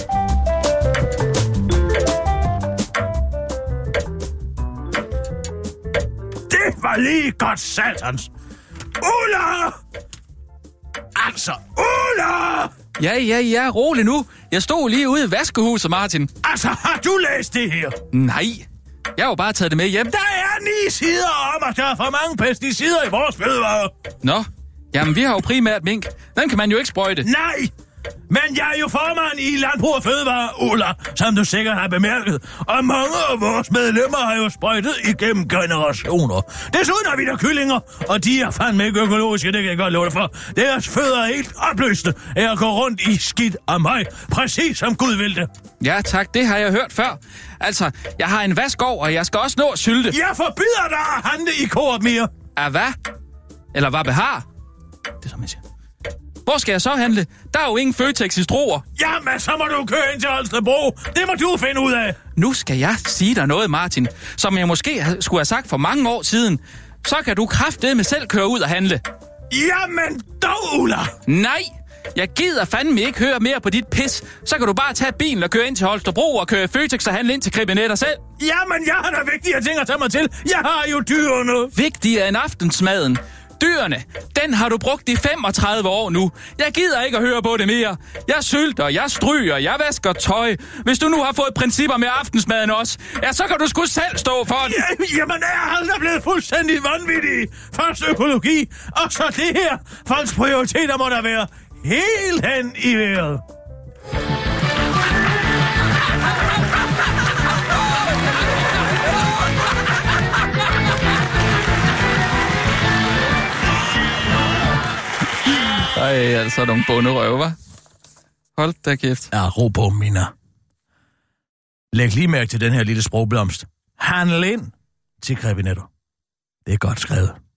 Det var lige godt satans. Ulla! Altså, Ulla! Ja, ja, ja, rolig nu. Jeg stod lige ude i vaskehuset, Martin. Altså, har du læst det her? Nej, jeg har jo bare taget det med hjem. Der er ni sider om, at der er for mange pesticider i vores fødevarer. Nå, jamen vi har jo primært mink. Den kan man jo ikke sprøjte. Nej, men jeg er jo formand i Landbrug og Fødevare, Ulla, som du sikkert har bemærket. Og mange af vores medlemmer har jo sprøjtet igennem generationer. Desuden har vi der kyllinger, og de er fandme ikke økologiske, det kan jeg godt love dig for. Deres fødder er helt opløste af at gå rundt i skidt af mig, præcis som Gud vil det. Ja tak, det har jeg hørt før. Altså, jeg har en vaskov, og jeg skal også nå at sylte. Jeg forbyder dig at handle i Coop mere. Ah, hvad? Eller hvad behar? Det er som jeg siger. Hvor skal jeg så handle? Der er jo ingen Føtex i Struer. Jamen, så må du køre ind til Holstebro. Det må du finde ud af. Nu skal jeg sige dig noget, Martin, som jeg måske skulle have sagt for mange år siden. Så kan du kraftedeme selv køre ud og handle. Jamen dog, Ulla. Nej, Jeg gider fandme ikke høre mere på dit pis. Så kan du bare tage bilen og køre ind til Holstebro og køre Føtex og handle ind til Kribinetter selv. Jamen, jeg har da vigtigere ting at tage mig til. Jeg har jo dyrene. Vigtigere end aftensmaden. Dyrene, den har du brugt i femogtredive år nu. Jeg gider ikke at høre på det mere. Jeg sylter, jeg stryger, jeg vasker tøj. Hvis du nu har fået principper med aftensmaden også, ja, så kan du sgu selv stå for den. Ja, jamen, jeg er aldrig blevet fuldstændig vanvittig. Først økologi, og så det her. Folks prioriteter må der være helt hen i vejret. Ej, altså nogle bunderøve, hva'? Hold da kæft. Ja, ro på, Mina. Læg lige mærke til den her lille sprogblomst. Handel ind til Kribinetter. Det er godt skrevet.